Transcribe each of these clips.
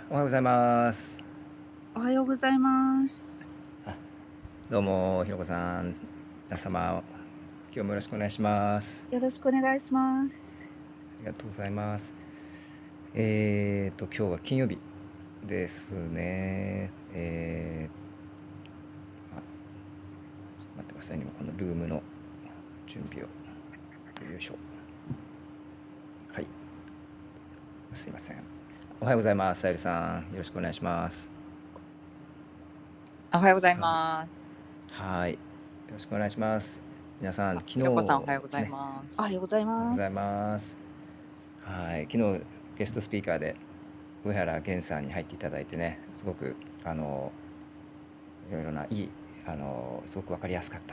おはようございます。 おはようございます。 あ、どうも、ひろこさん。皆様、今日もよろしくお願いします。 よろしくお願いします。 ありがとうございます。今日は金曜日ですね。ちょっと待ってくださいね。今このルームの準備を。よいしょ。はい。すいません。おはようございます。さゆりさん。よろしくお願いします。 おはようございはい。 ます。 はい。よろしくお願いします。皆さん、昨ひろこさんおはようござい日ですね。 ます。 おはようございおはようございます。 ます。はい。昨日、ゲストスピーカーで上原源さんに入っていただいてね、すごくいろいろないいすごく分かりやすかった。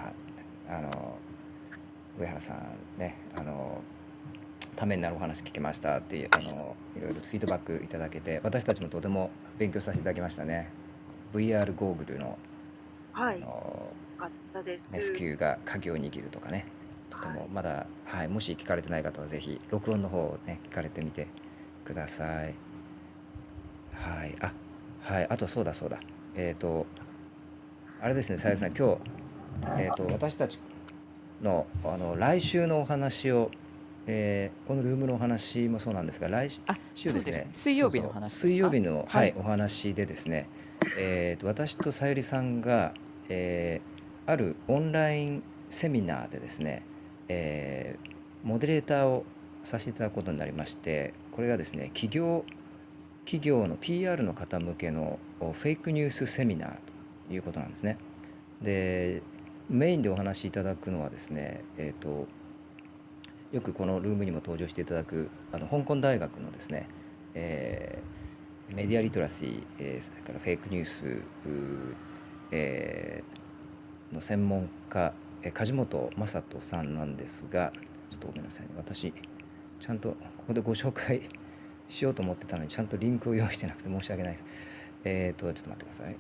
上原さんね、ためになるお話聞けましたっていういろいろフィードバックいただけて、私たちもとても勉強させていただきましたね。VR ゴーグルのはい、よあの、 かったでね、普す。 及が鍵を握るとかね、とてはい。 もまだ、はい、もし聞かれてない方はぜひ録音の方をね聞かれてみてください。はい。はい。あとそうだそうだ。えっと、あれですね、さゆりさん、今日、私たちの、来週のお話を、このルームのお話もそうなんですが、来週ですね、 そうですね。水曜日のそうそう、 話ですか？ 水曜日の、 はい。 お話でですね、私とさゆりさんが、あるオンラインセミナーでですね、モデレーターをさせていただくことになりまして、これがですね、企業の PR の方向けのフェイクニュースセミナーということなんですね。で、メインでお話しいただくのはですね、よくこのルームにも登場していただく香港大学のですね、えメディアリトラシー、それからフェイクニュース、えの専門家、梶本正人さんなんですが、ちょっとごめんなさいね、私ちゃんとここでご紹介しようと思ってたのにちゃんとリンクを用意してなくて申し訳ないです。ちょっと待ってください。こ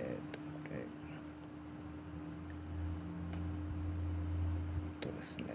れですね、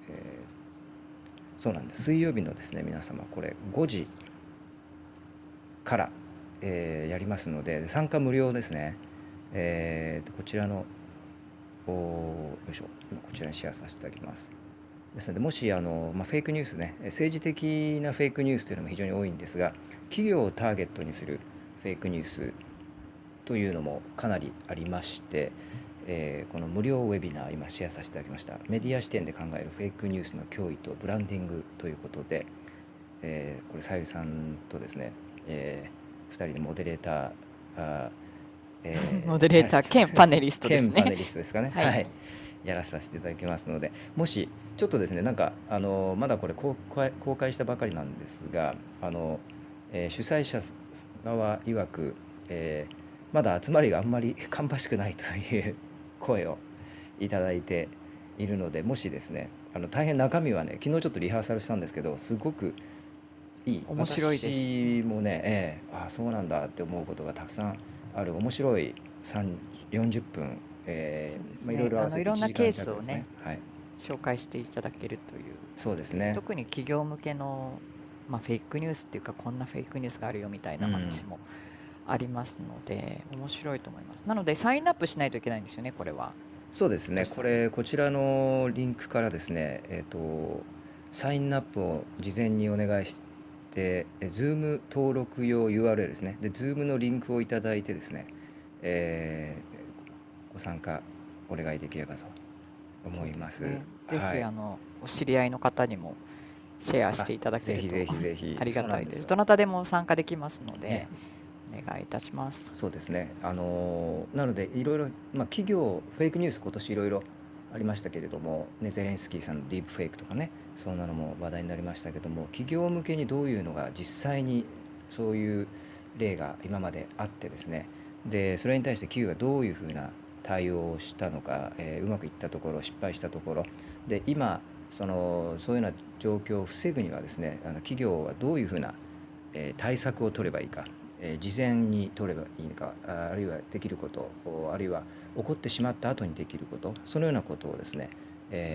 そうなんです。水曜日のですね、皆様、これ5時から、やりますので、参加無料ですね。こちらの、よいしょ、今こちらにシェアさせていただきます。ですので、もしフェイクニュースね、政治的なフェイクニュースというのも非常に多いんですが、企業をターゲットにするフェイクニュースというのもかなりありまして、この無料ウェビナー、今シェアさせていただきました。メディア視点で考えるフェイクニュースの脅威とブランディングということで、これさゆりさんとですね、2人でモデレーター、 モデレーター兼パネリストですね。 兼パネリストですかね、 はい。 はい、やらさせていただきますので、もしちょっとですね、なんかまだこれ公開したばかりなんですが、主催者側曰く、まだ集まりがあんまり芳しくないという声をいただいているので、もしですね、大変中身はね、昨日ちょっとリハーサルしたんですけど、すごくいい、 面白いです。 私もね、ああそうなんだって思うことがたくさんある面白い40分、 そうですいろいね。 ろ合わせて1 いろんなケー時間弱スをね、 ですね。はい、 紹介していただけるということで、 そうですね。 特に企業向けの、フェイクニュースっていうか、こんなフェイクニュースがあるよみたいなうん、 話もありますので、面白いと思います。なので、サインアップしないといけないんですよね、これは。 そうですね。 そしたら。 こちらのリンクからですね、サインアップを事前にお願いして、Zoom 登録用 URL ですね。で、Zoom のリンクをいただいてですね、えご参加お願いできればと思そういます。 ですね。ぜひ、 はい。 お知り合いの方にもシェアしていただけるとぜひぜひぜひ、 ありがたいです。 そうなんですよ。 どなたでも参加できますのね、 で、お願いいたします。 そうですね。なので、いろいろ、企業、フェイクニュース、今年いろいろありましたけれども、ね、ゼレンスキーさんのディープフェイクとかね、そんなのも話題になりましたけども、企業向けにどういうのが実際にそういう例が今まであってですね、で、それに対して企業がどういうふうな対応をしたのか、うまくいったところ、失敗したところ、で、今、そういうような状況を防ぐにはですね、企業はどういうふうな対策を取ればいいか、事前に取ればいいのか、あるいはできること、あるいは起こってしまった後にできること、そのようなことをですね、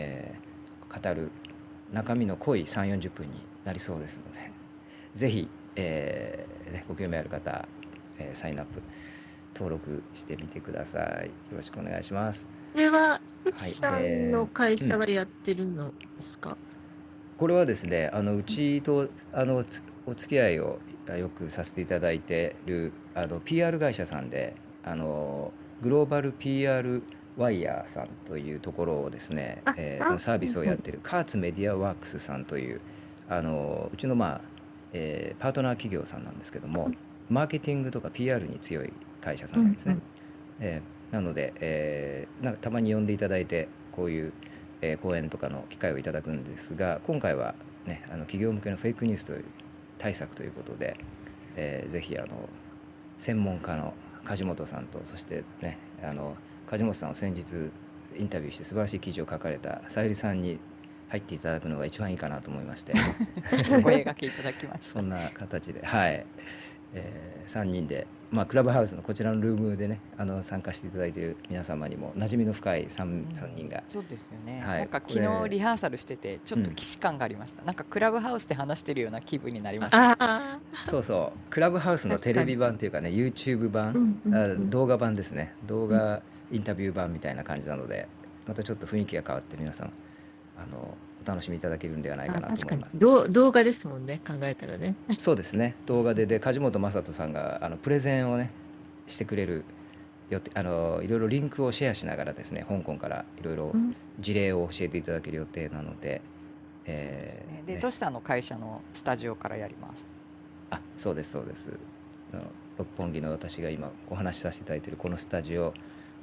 語る中身の濃い3、40分になりそうですので、ぜひご興味ある方、サインアップ登録してみてください。よろしくお願いします。 これは、 はい、 藤さんの会社がやってるのですか？ これはですね、うちとお付き合いをよくさせていただいているPR 会社さんで、グローバル PR ワイヤーさんというところをですね、そのサービスをやっているカーツメディアワークスさんといううちの、パートナー企業さんなんですけども、マーケティングとか PR に強い会社さんなんですね。なので、なんかたまに呼んでいただいてこういう講演とかの機会をいただくんですが、今回は、ね、企業向けのフェイクニュースという対策ということで、ぜひ専門家の梶本さんと、そしてね、梶本さんを先日インタビューして素晴らしい記事を書かれたさゆりさんに入っていただくのが一番いいかなと思いましてお声掛けいただきました。 そんな形で、はい、3人で、クラブハウスのこちらのルームでね、参加していただいている皆様にも馴染みの深い 3人が、 そうですよね。 はいなんか昨日リハーサルしててちょっと既視感がありました。なんかクラブハウスで話してるような気分になりました。 ああ、 そうそうクラブハウスのテレビ版っていうかね YouTube 版、動画版ですね、動画インタビュー版みたいな感じなので、またちょっと雰囲気が変わって皆さんお楽しみいただけるんではないかなと確かに思います。 動画ですもんね、考えたらね。 そうですね、動画で梶本正人さんがプレゼンをねしてくれる予定、いろいろリンクをシェアしながらですね、香港からいろいろ事例を教えていただける予定なので、 で、トシさんの会社のスタジオからやります。 そうですそうです。六本木の私が今お話しさせていただいているこのスタジオ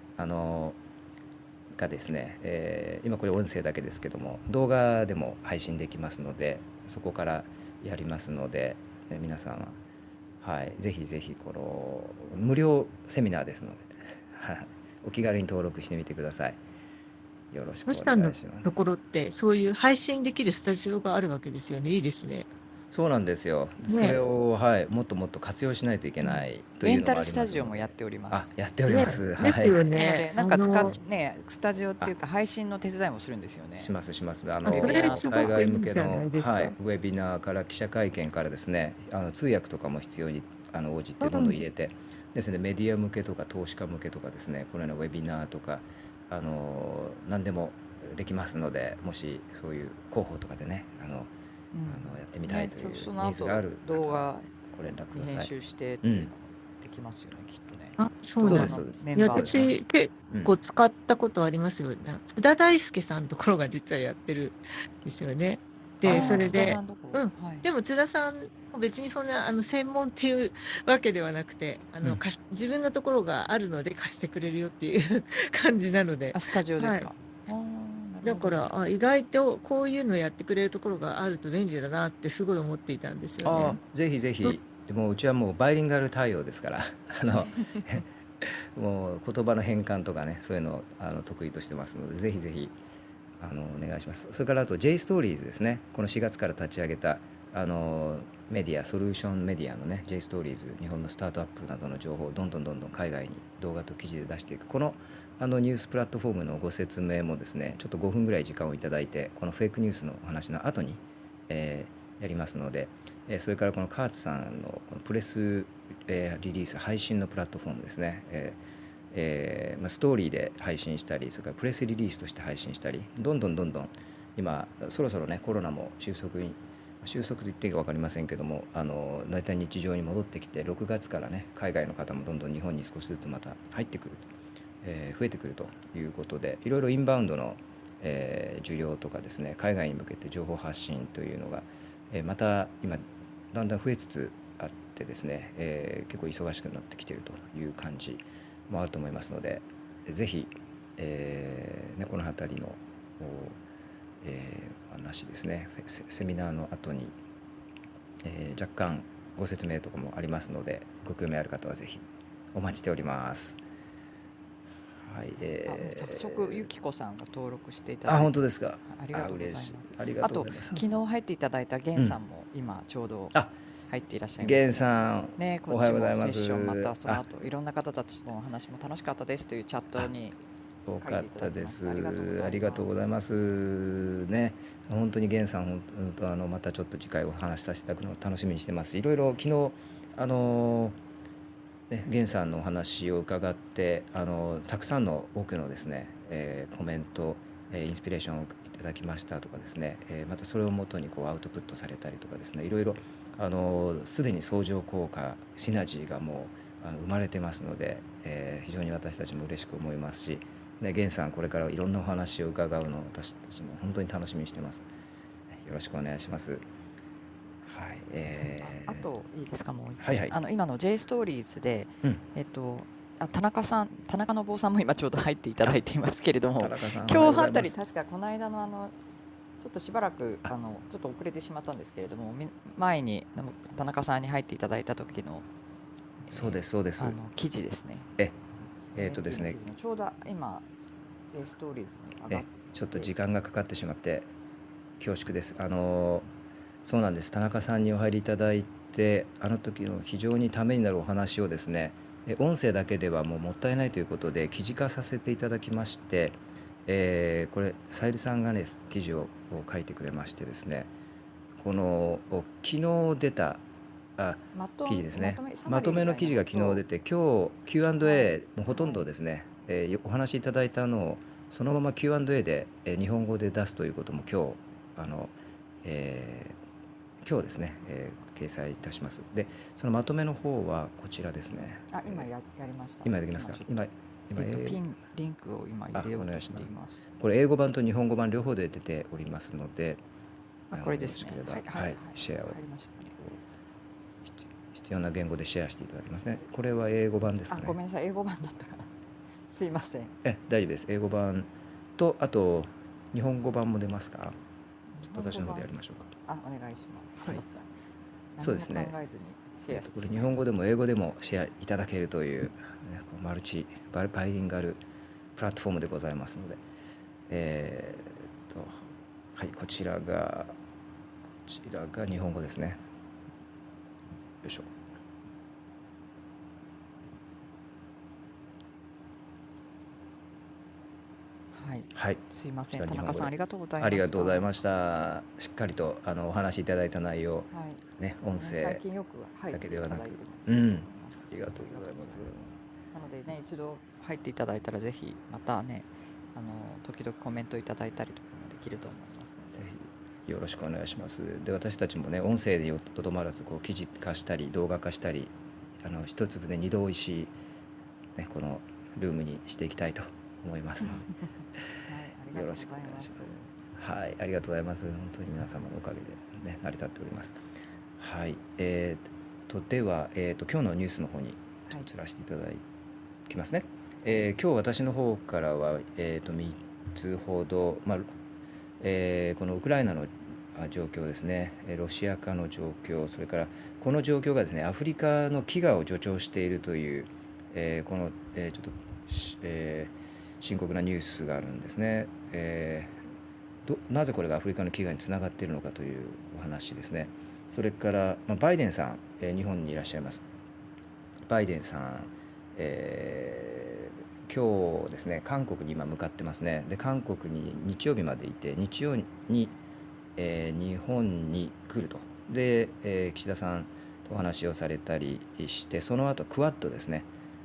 がですね、今これ音声だけですけども動画でも配信できますので、そこからやりますので、皆さんは、はい、ぜひぜひこの無料セミナーですのでお気軽に登録してみてください。よろしくおトシさんの願いします。 ところってそういう配信できるスタジオがあるわけですよね。いいですね。 そうなんですよ。それを、もっともっと活用しないといけないというのもありますので。 レンタルスタジオもやっております。 やっております。 ですよなのね。 でなんかスタジオっていうか配信の手伝いもするんですよね。 します。 それすごく海外向けいいじゃなの、 いですか。 ウェビナーから記者会見からですね、通訳とかも必要に応じてどんどん入れて、ですのでメディア向けとか投資家向けとかですね、このようなウェビナーとか何でもできますので、もしそういう広報とかでねやってみたいというニーズがある方動画はご連絡ください。 編集してっていうのもできますよね、きっとね。 そうなんです。私結構使ったことありますよ。津田大介さんのところが実はやってるんですよね。でそれで、でも津田さん別にそんな専門っていうわけではなくて自分のところがあるので貸してくれるよっていう感じなので。 スタジオですか。 だから意外とこういうのやってくれるところがあると便利だなってすごい思っていたんですよね。 ぜひぜひ。でもうちはもうバイリンガル対応ですからもう言葉の変換とかね、そういうのを得意としてますので、ぜひぜひお願いします。それからあと J ストーリーズですね、この4月から立ち上げたメディア、ソリューションメディアのね J ストーリーズ、日本のスタートアップなどの情報をどんどん海外に動画と記事で出していく、このニュースプラットフォームのご説明もですね、ちょっと5分ぐらい時間をいただいて、このフェイクニュースのお話の後に、やりますので、それからこのカーツさんのこのプレス、リリース配信のプラットフォームですね、ストーリーで配信したり、それからプレスリリースとして配信したり、どんどん今そろそろね、コロナも収束と言っていいか分かりませんけども、大体日常に戻ってきて、6月からね、海外の方もどんどん日本に少しずつまた入ってくると、増えてくるということで、いろいろインバウンドの、需要とかですね、海外に向けて情報発信というのが、また今だんだん増えつつあってですね、結構忙しくなってきているという感じもあると思いますので、ぜひ、この辺りの話ですね、セミナーの後に、若干ご説明とかもありますので、ご興味ある方はぜひお待ちしております。はい、 早速ゆきこさんが登録していただいて、 本当ですか。 ありがとうございます。 あと昨日入っていただいた源さんも今ちょうど入っていらっしゃいます。 源さん、 ね、こっちもセッションまたその後いろんな方たちとのお話も楽しかったですというチャットに多書いかっていただきたでました。ありがとうごす。あざいりがとうございまますす。ね。本当に源さん、本当またちょっと次回お話しさせていただくのを楽しみにしてます。いろいろ昨日、あの源さんのお話を伺って、たくさんの多くのですね、コメント、インスピレーションをいただきましたとかですね、またそれをもとにこうアウトプットされたりとかですね、いろいろすでに相乗効果、シナジーがもう生まれてますので、非常に私たちも嬉しく思いますし、ね、源さんこれからいろんなお話を伺うのを私たちも本当に楽しみにしてます。よろしくお願いします。はい、 あといいですか、もう一はい点。 はい。 今の J ストーリーズで、 うん田中さん、田中信夫さんも今ちょうど入っていただいていますけれど田も、 中さんおはよう今日あたり、 ございます。 確かこの間のちょっとしばらくあ、 ちょっと遅れてしまったんですけれども、前に田中さんに入っていただいた時の、 そうですそうです。 記事ですね。 えです NFT のね、 記事のちょうど今 J ストーリーズに上がっちょっとて、 時間がかかってしまって恐縮です。そうなんです。田中さんにお入りいただいて、あの時の非常にためになるお話をですね、音声だけではもうもったいないということで記事化させていただきまして、これさゆりさんがね記事を書いてくれましてですね、この昨日出た記事ですね、 サマまとめリーみたいの記事がなことを、 昨日出て、今日 Q&A もほとんはい、 どですね、お話しいただいたのをそのまま Q&A で、日本語で出すということも今日えー今日ですね、掲載いたします。で、そのまとめの方はこちらですね。 今やりました。 今できますか？ 今ちょっと、リンクを今入れようとしています。 これ英語版と日本語版両方で出ておりますので、 これですね。 よろしければ、シェアを入りましたね。 必要な言語でシェアしていただきますね。これは英語版ですかね。 ごめんなさい、英語版だったから。すいません。 大丈夫です。英語版と、あと日本語版も出ますか？ちょっと私の方でやりましょうか。 お願いします。そうだった。 そうですね。 何も考えずにシェアしてこれ日本語でも英語でもシェアいただけるという、マルチバイリンガルプラットフォームでございますので、はい、こちらが日本語ですね。よいしょ。はい、 すいません、田中さんありがとうございました。 ありがとうございました。しっかりとお話しいただいた内容、ね、音声最近よくだけではなく、 ありがとうございます。 なのでね、一度入っていただいたらぜひまたね、時々コメントいただいたりとかもできると思いますので、 ぜひよろしくお願いします。で、私たちもね、音声でとどまらずこう記事化したり動画化したり、一粒で二度おいしい、ね、このルームにしていきたいと思います。よろしくお願いします。はい、ありがとうございます。本当に皆様のおかげでね、成り立っております。はい、では、今日のニュースの方に移らせていただきますね。今日私の方からは、3つほど、このウクライナの状況ですね、ロシア化の状況、それからこの状況がですね、アフリカの飢餓を助長しているという、この、ちょっと、深刻なニュースがあるんですね。なぜこれがアフリカの飢餓につながっているのかというお話ですね。それから、バイデンさん、日本にいらっしゃいます。バイデンさん、今日ですね、韓国に今向かってますね。で、韓国に日曜日までいて、日曜に、日本に来ると。で、岸田さんとお話をされたりして、その後クワッドですね、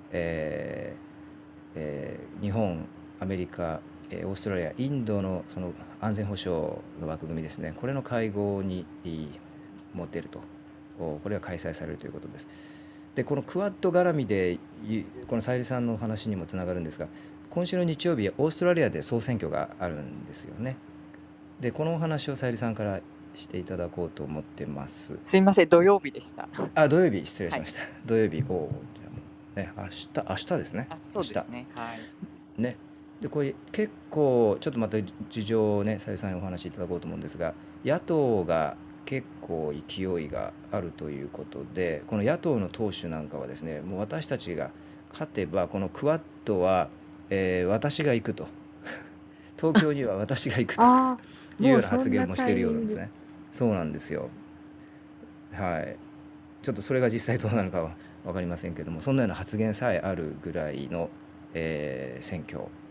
日本、アメリカ、オーストラリア、インドのその安全保障の枠組みですね、これの会合にも出ると、これが開催されるということです。で、このクワッド絡みで、このさゆりさんのお話にもつながるんですが、今週の日曜日、オーストラリアで総選挙があるんですよね。で、このお話をさゆりさんからしていただこうと思ってます。 すいません、土曜日でした。 土曜日、失礼しました。土曜日、じゃあね、明日ですね。 そうですね。はい。 ね。で、これ結構ちょっとまた事情をね、さゆりさんにお話しいただこうと思うんですが、野党が結構勢いがあるということで、この野党の党首なんかはですね、もう私たちが勝てばこのクワッドは、私が行くと東京には私が行くというような発言もしているようなんですね。そうなんですよ。はい。ちょっとそれが実際どうなのかは分かりませんけども、そんなような発言さえあるぐらいの、選挙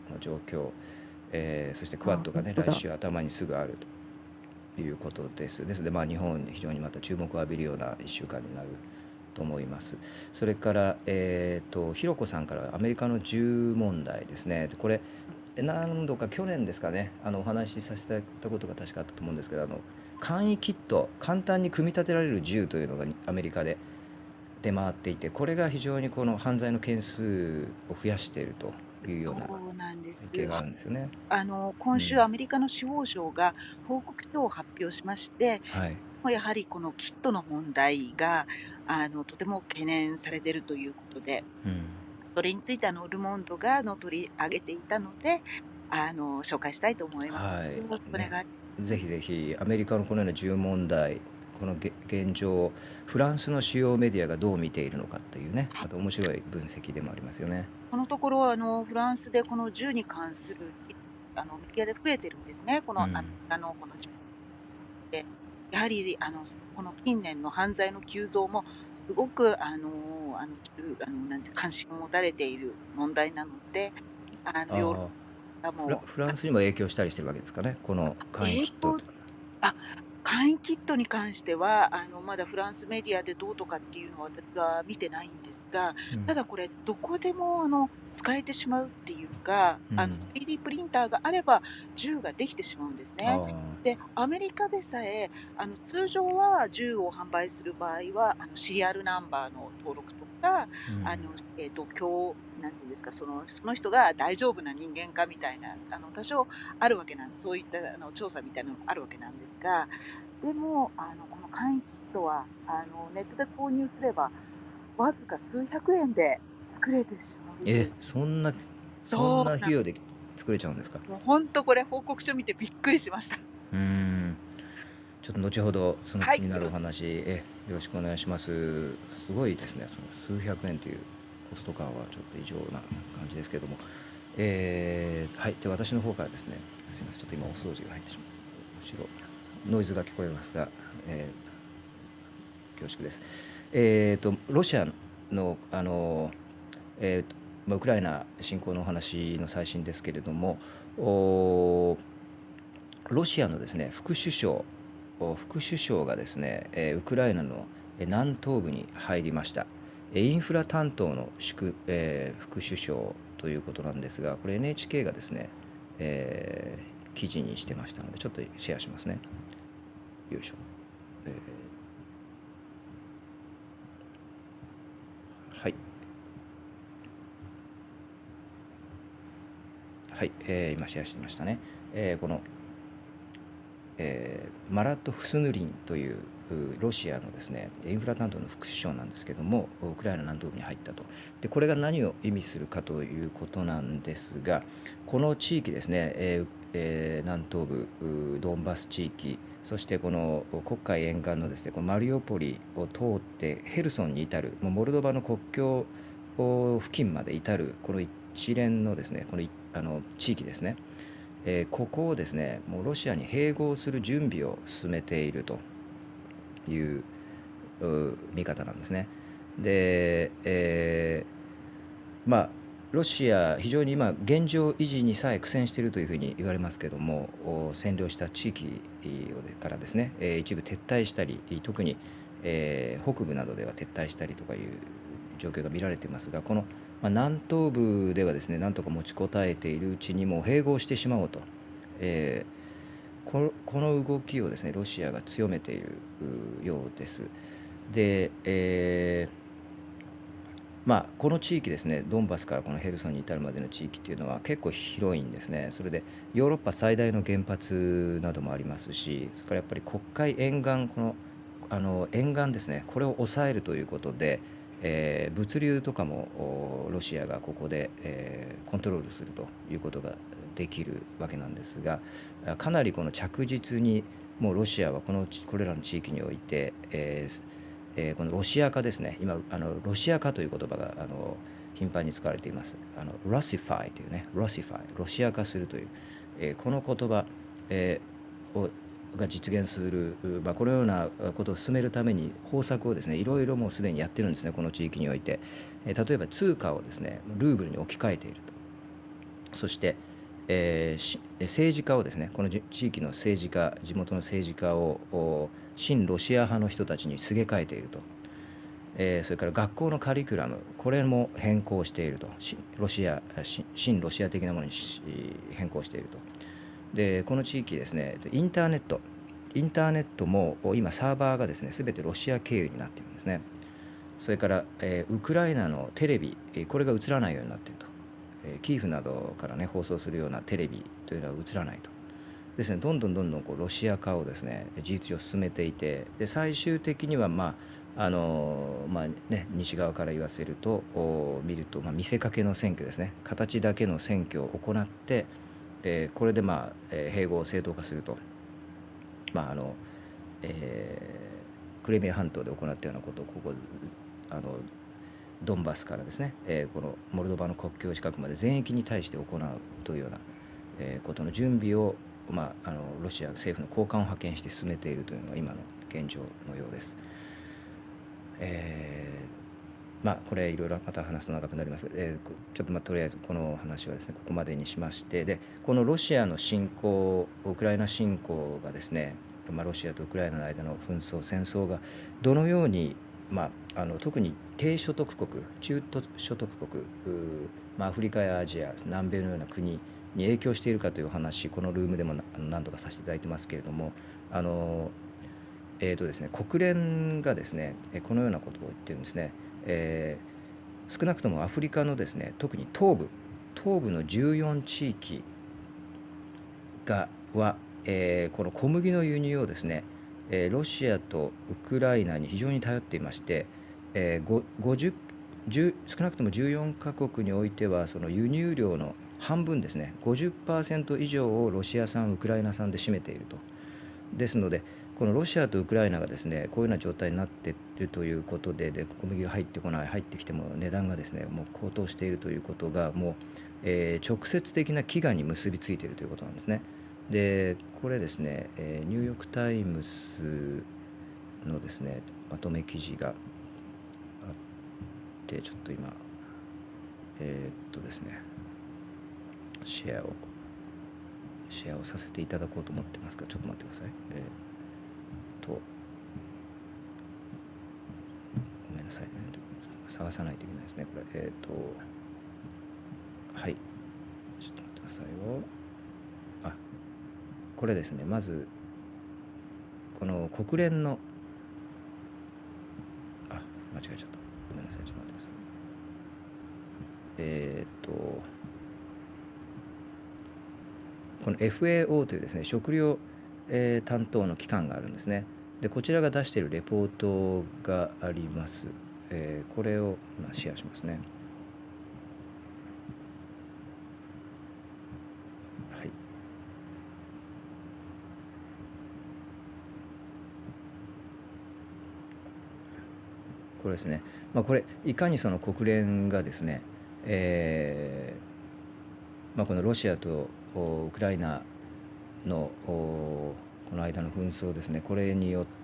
の状況、そしてクワッドがね、来週頭にすぐあるということです。ですので、日本に非常にまた注目を浴びるような1週間になると思います。それから、ひろこさんからアメリカの銃問題ですね。これ、何度か去年ですかね、お話しさせたことが確かあったと思うんですけど、簡易キット、簡単に組み立てられる銃というのがアメリカで出回っていて、これが非常にこの犯罪の件数を増やしているというようなそうなんです背景があるんですよね。 今週アメリカの司法省が報告書を発表しまして、 はい。 やはりこのキットの問題がとても懸念されているということで、それについてルモンドが取り上げていたので、紹介したいと思います。 はい。 よろしくお願い。 ぜひぜひアメリカのこのような銃問題、この現状をフランスの主要メディアがどう見ているのかというね、また面白い分析でもありますよね。 このところフランスでこの銃に関するメディアで増えてるんですね。このアメリカのこの銃で、やはりこの近年の犯罪の急増もすごくなんて関心を持たれている問題なので、ヨーロッパもフランスにも影響したりしてるわけですかね、この簡易キット。 簡易キットに関してはまだフランスメディアでどうとかっていうのは私は見てないんですが、ただこれどこでも使えてしまうっていうか、3D プリンターがあれば銃ができてしまうんですね。で、アメリカでさえ通常は銃を販売する場合はシリアルナンバーの登録とか、なんていうんですか、その人が大丈夫な人間かみたいな多少あるわけなんです。そういった調査みたいなのがあるわけなんですが、でもこの簡易キットはネットで購入すればわずか数百円で作れてしまう。 そんな費用で作れちゃうんですか。 もう本当これ報告書見てびっくりしました。 ちょっと後ほどその気になるお話、よろしくお願いします。すごいですね、その数百円というコスト感はちょっと異常な感じですけども、はい。で、私の方からですね、すみません、ちょっと今お掃除が入ってしまう。後ろノイズが聞こえますが、恐縮です。ロシアのウクライナ侵攻のお話の最新ですけれども、ロシアのですね、副首相がですね、ウクライナの南東部に入りました。インフラ担当の副首相ということなんですが、これ NHK がですね、記事にしてましたので、ちょっとシェアしますね。よいしょ。はい。はい、今シェアしてましたね。この、マラット・フスヌリンというロシアのですね、インフラ担当の副首相なんですけども、ウクライナ南東部に入ったと。で、これが何を意味するかということなんですが、この地域ですね、南東部ドンバス地域、そしてこの黒海沿岸のですね、このマリウポリを通ってヘルソンに至る、もうモルドバの国境付近まで至るこの一連のですね、この地域ですね、ここをですね、もうロシアに併合する準備を進めているという見方なんですね。で、ロシア、非常に今、現状維持にさえ苦戦しているというふうに言われますけども、占領した地域からですね、一部撤退したり、特に、北部などでは撤退したりとかいう状況が見られていますが、この南東部ではですね、なんとか持ちこたえているうちにもう併合してしまおうと、この動きをですね、ロシアが強めているようです。で、この地域ですね、ドンバスからこのヘルソンに至るまでの地域っていうのは結構広いんですね。それでヨーロッパ最大の原発などもありますし、それからやっぱり黒海沿岸、沿岸ですね、これを抑えるということで、物流とかもロシアがここで、コントロールするということができるわけなんですが、かなりこの着実にもうロシアはこれらの地域において、このロシア化ですね、今ロシア化という言葉が頻繁に使われています。ロシファイというね、ロシア化するという、この言葉、が実現する、このようなことを進めるために方策をですね、いろいろもうすでにやってるんですね、この地域において。例えば通貨をですね、ルーブルに置き換えていると。 そして、政治家をですね、この地域の政治家、地元の政治家を親ロシア派の人たちにすげ替えていると。それから学校のカリキュラム、これも変更していると。親ロシア的なものに変更していると。で、この地域ですね、インターネットも今サーバーがですね、全てロシア経由になっているんですね。それから、ウクライナのテレビ、これが映らないようになっていると。キーフなどからね、放送するようなテレビというのは映らないと。ですね、どんどんこうロシア化をですね、事実上進めていて、で最終的には西側から言わせると見ると、見せかけの選挙ですね、形だけの選挙を行って、これで併合を正当化すると、クリミア半島で行ったようなことをドンバスからですね、このモルドバの国境近くまで全域に対して行うというような、ことの準備を、ロシア政府の高官を派遣して進めているというのが今の現状のようです。これいろいろまた話すと長くなります。ちょっととりあえずこの話はですね、ここまでにしまして、でこのロシアの侵攻、ウクライナ侵攻がですね、ロシアとウクライナの間の紛争、戦争がどのように、特に低所得国、中所得国、アフリカやアジア、南米のような国に影響しているかという話、このルームでも何度かさせていただいてますけれども、ですね、国連がですね、このようなことを言ってるんですね。少なくともアフリカのですね、特に東部の14地域は、この小麦の輸入をですね、ロシアとウクライナに非常に頼っていまして、少なくとも14カ国においてはその輸入量の半分ですね、50% 以上をロシア産、ウクライナ産で占めていると。ですので、このロシアとウクライナがですね、こういうような状態になっているということで、小麦が入ってこない、入ってきても値段がですね、もう高騰しているということが、もう、直接的な飢餓に結びついているということなんですね。で、これですね、ニューヨーク・タイムズのですね、まとめ記事があって、ちょっと今、ですね、シェアをさせていただこうと思ってますから、ちょっと待ってください。ごめんなさいね。探さないといけないですね、これ。はい。ちょっと待ってくださいよ。これですね、まず、この国連の、間違えちゃった。ごめんなさい、ちょっと待ってください。この FAO というですね、食料、担当の機関があるんですね。で、こちらが出しているレポートがあります。これを今シェアしますね。はい。これですね。これいかにその国連がですね、このロシアとウクライナのこの間の紛争ですね、これによって、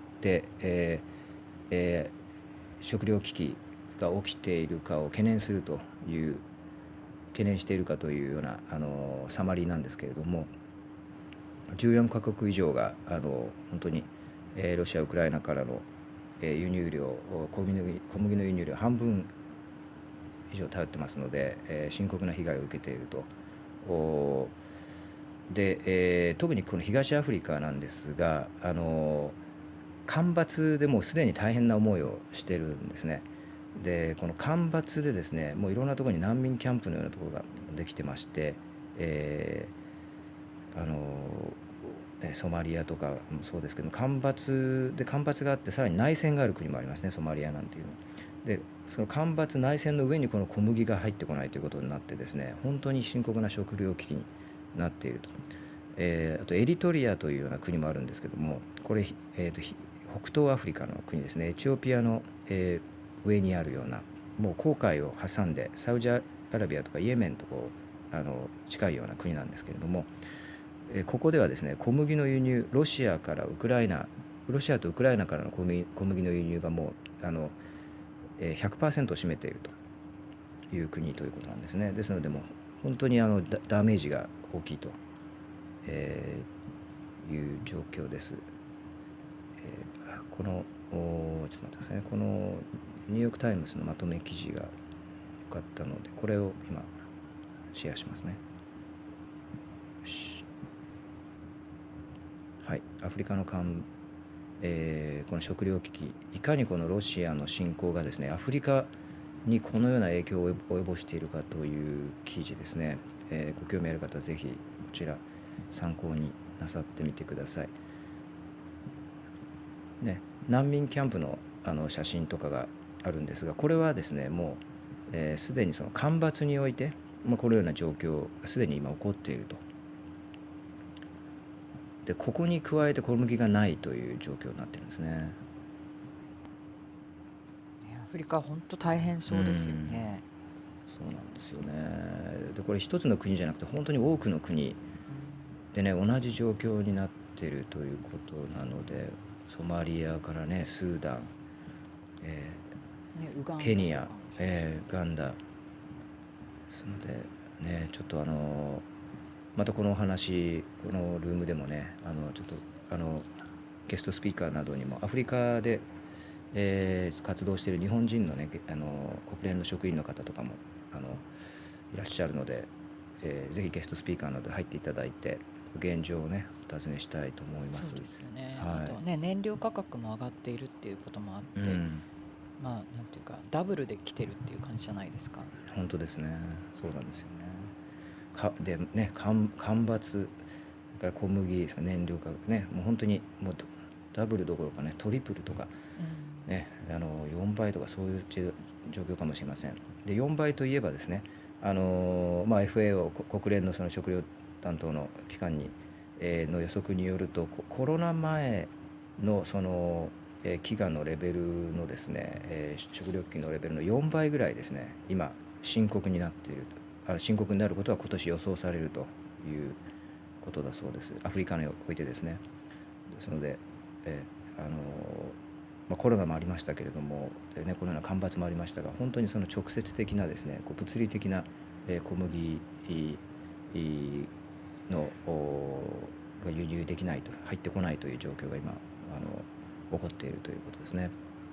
食糧危機が起きているかを懸念しているかというようなサマリーなんですけれども、14カ国以上が本当に、ロシア、ウクライナからの輸入量、小麦の輸入量半分以上頼ってますので、深刻な被害を受けていると。で、特にこの東アフリカなんですが、干ばつでもうすでに大変な思いをしてるんですね。で、この干ばつでですね、もういろんなところに難民キャンプのようなところができてまして、ソマリアとかもそうですけど、干ばつがあって、さらに内戦がある国もありますね、ソマリアなんていうの。で、その干ばつ、内戦の上にこの小麦が入ってこないということになってですね、本当に深刻な食糧危機になっていると。あとエリトリアというような国もあるんですけども、これ、北東アフリカの国ですね、エチオピアの、上にあるような、もう紅海を挟んでサウジアラビアとかイエメンと近いような国なんですけれども、ここではですね、小麦の輸入、ロシアとウクライナからの小麦の輸入がもう100% を占めているという国ということなんですね。ですので、もう本当にダメージが大きいと、いう状況です。このちょっと待ってくださいね。このニューヨークタイムズのまとめ記事が良かったので、これを今シェアしますね。よし。はい、アフリカのこの食糧危機、いかにこのロシアの侵攻がですね、アフリカにこのような影響を及ぼしているかという記事ですね。ご興味ある方はぜひこちら参考になさってみてください。ね、難民キャンプの写真とかがあるんですが、これはですね、もうすでにその干ばつにおいて、このような状況がすでに今起こっていると。で、ここに加えて小麦がないという状況になってるんですね。 アフリカ本当大変そうですよね。 そうなんですよね。で、これ一つの国じゃなくて本当に多くの国でね、同じ状況になっているということなので、ソマリアからね、スーダン、ケニア、ウガンダですのでね、ちょっとまたこのお話、このルームでもね、ちょっとゲストスピーカーなどにもアフリカで、活動している日本人のね、国連の職員の方とかもいらっしゃるので、ぜひゲストスピーカーなどで入っていただいて現状をねお尋ねしたいと思います。 そうですよね。あとね、燃料価格も上がっているっていうこともあって、まあなんていうかダブルで来てるっていう感じじゃないですか。 本当ですね。そうなんですよね。でね、干ばつから小麦ですか、燃料価格ね、もう本当にもうダブルどころかね、トリプルとか、ね、4倍とかそういう状況かもしれません。で、4倍といえばですね、FAO 国連のその食料担当の機関の予測によると、コロナ前のその飢餓のレベルのですね、食料危機のレベルの4倍ぐらいですね、今深刻になっていると、深刻になることは今年予想されるということだそうです。アフリカにおいてですね。ですので、コロナもありましたけれども、でね、このような干ばつもありましたが、本当にその直接的なですね、物理的な小麦のが輸入できないと、入ってこないという状況が今起こっているということですね。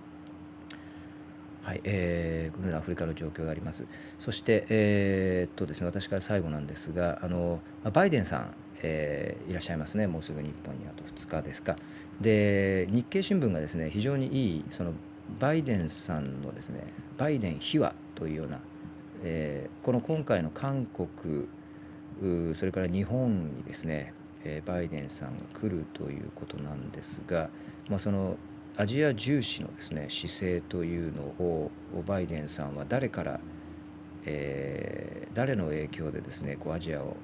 はい、このようなアフリカの状況があります。そしてですね、私から最後なんですが、バイデンさん、いらっしゃいますね。もうすぐ日本にあと2日ですか。で、日経新聞がですね、非常にいいそのバイデンさんのですね、バイデン秘話というような、この今回の韓国、それから日本にですね、バイデンさんが来るということなんですが、そのアジア重視のですね、姿勢というのをバイデンさんは誰から、誰の影響でですね、アジアを、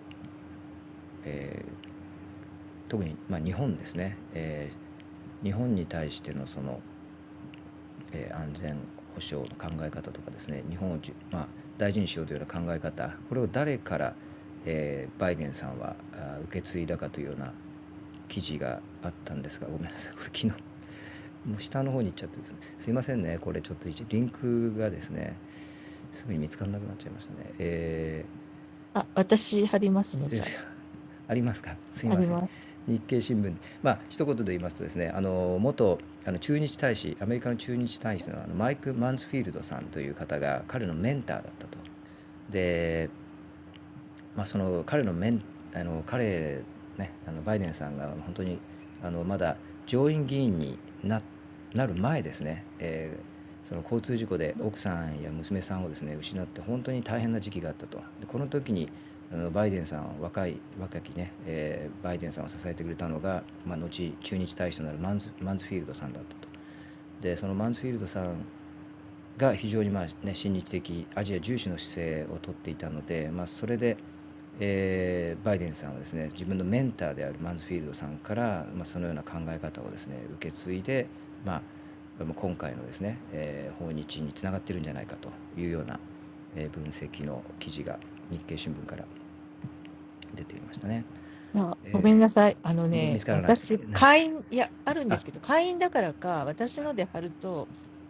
特に日本ですね、日本に対してのその、安全保障の考え方とかですね、日本を大事にしようというような考え方、これを誰から、バイデンさんは受け継いだかというような記事があったんですが、ごめんなさい、これ昨日もう下の方に行っちゃってですね、すいませんね、これちょっとリンクがですねすぐに見つからなくなっちゃいましたね。 私貼りますね。じゃありますか。すいません。日経新聞、一言で言いますとですね、元駐日大使、アメリカの駐日大使のマイク・マンスフィールドさんという方が彼のメンターだったと。で、その彼の彼ね、バイデンさんが本当にまだ上院議員になる前ですね、その交通事故で奥さんや娘さんをですね失って本当に大変な時期があったと。で、この時にバイデンさん、若きね、バイデンさんを支えてくれたのが、後駐日大使となるマンズフィールドさんだったと。で、そのマンズフィールドさんが非常に親日的アジア重視の姿勢をとっていたので、それで、バイデンさんはですね、自分のメンターであるマンズフィールドさんから、そのような考え方をですね受け継いで、今回のですね、訪日につながっているんじゃないかというような、分析の記事が日経新聞から出ていましたね。 ごめんなさい。私、会員、あるんですけど、会員だからか、私ので貼ると、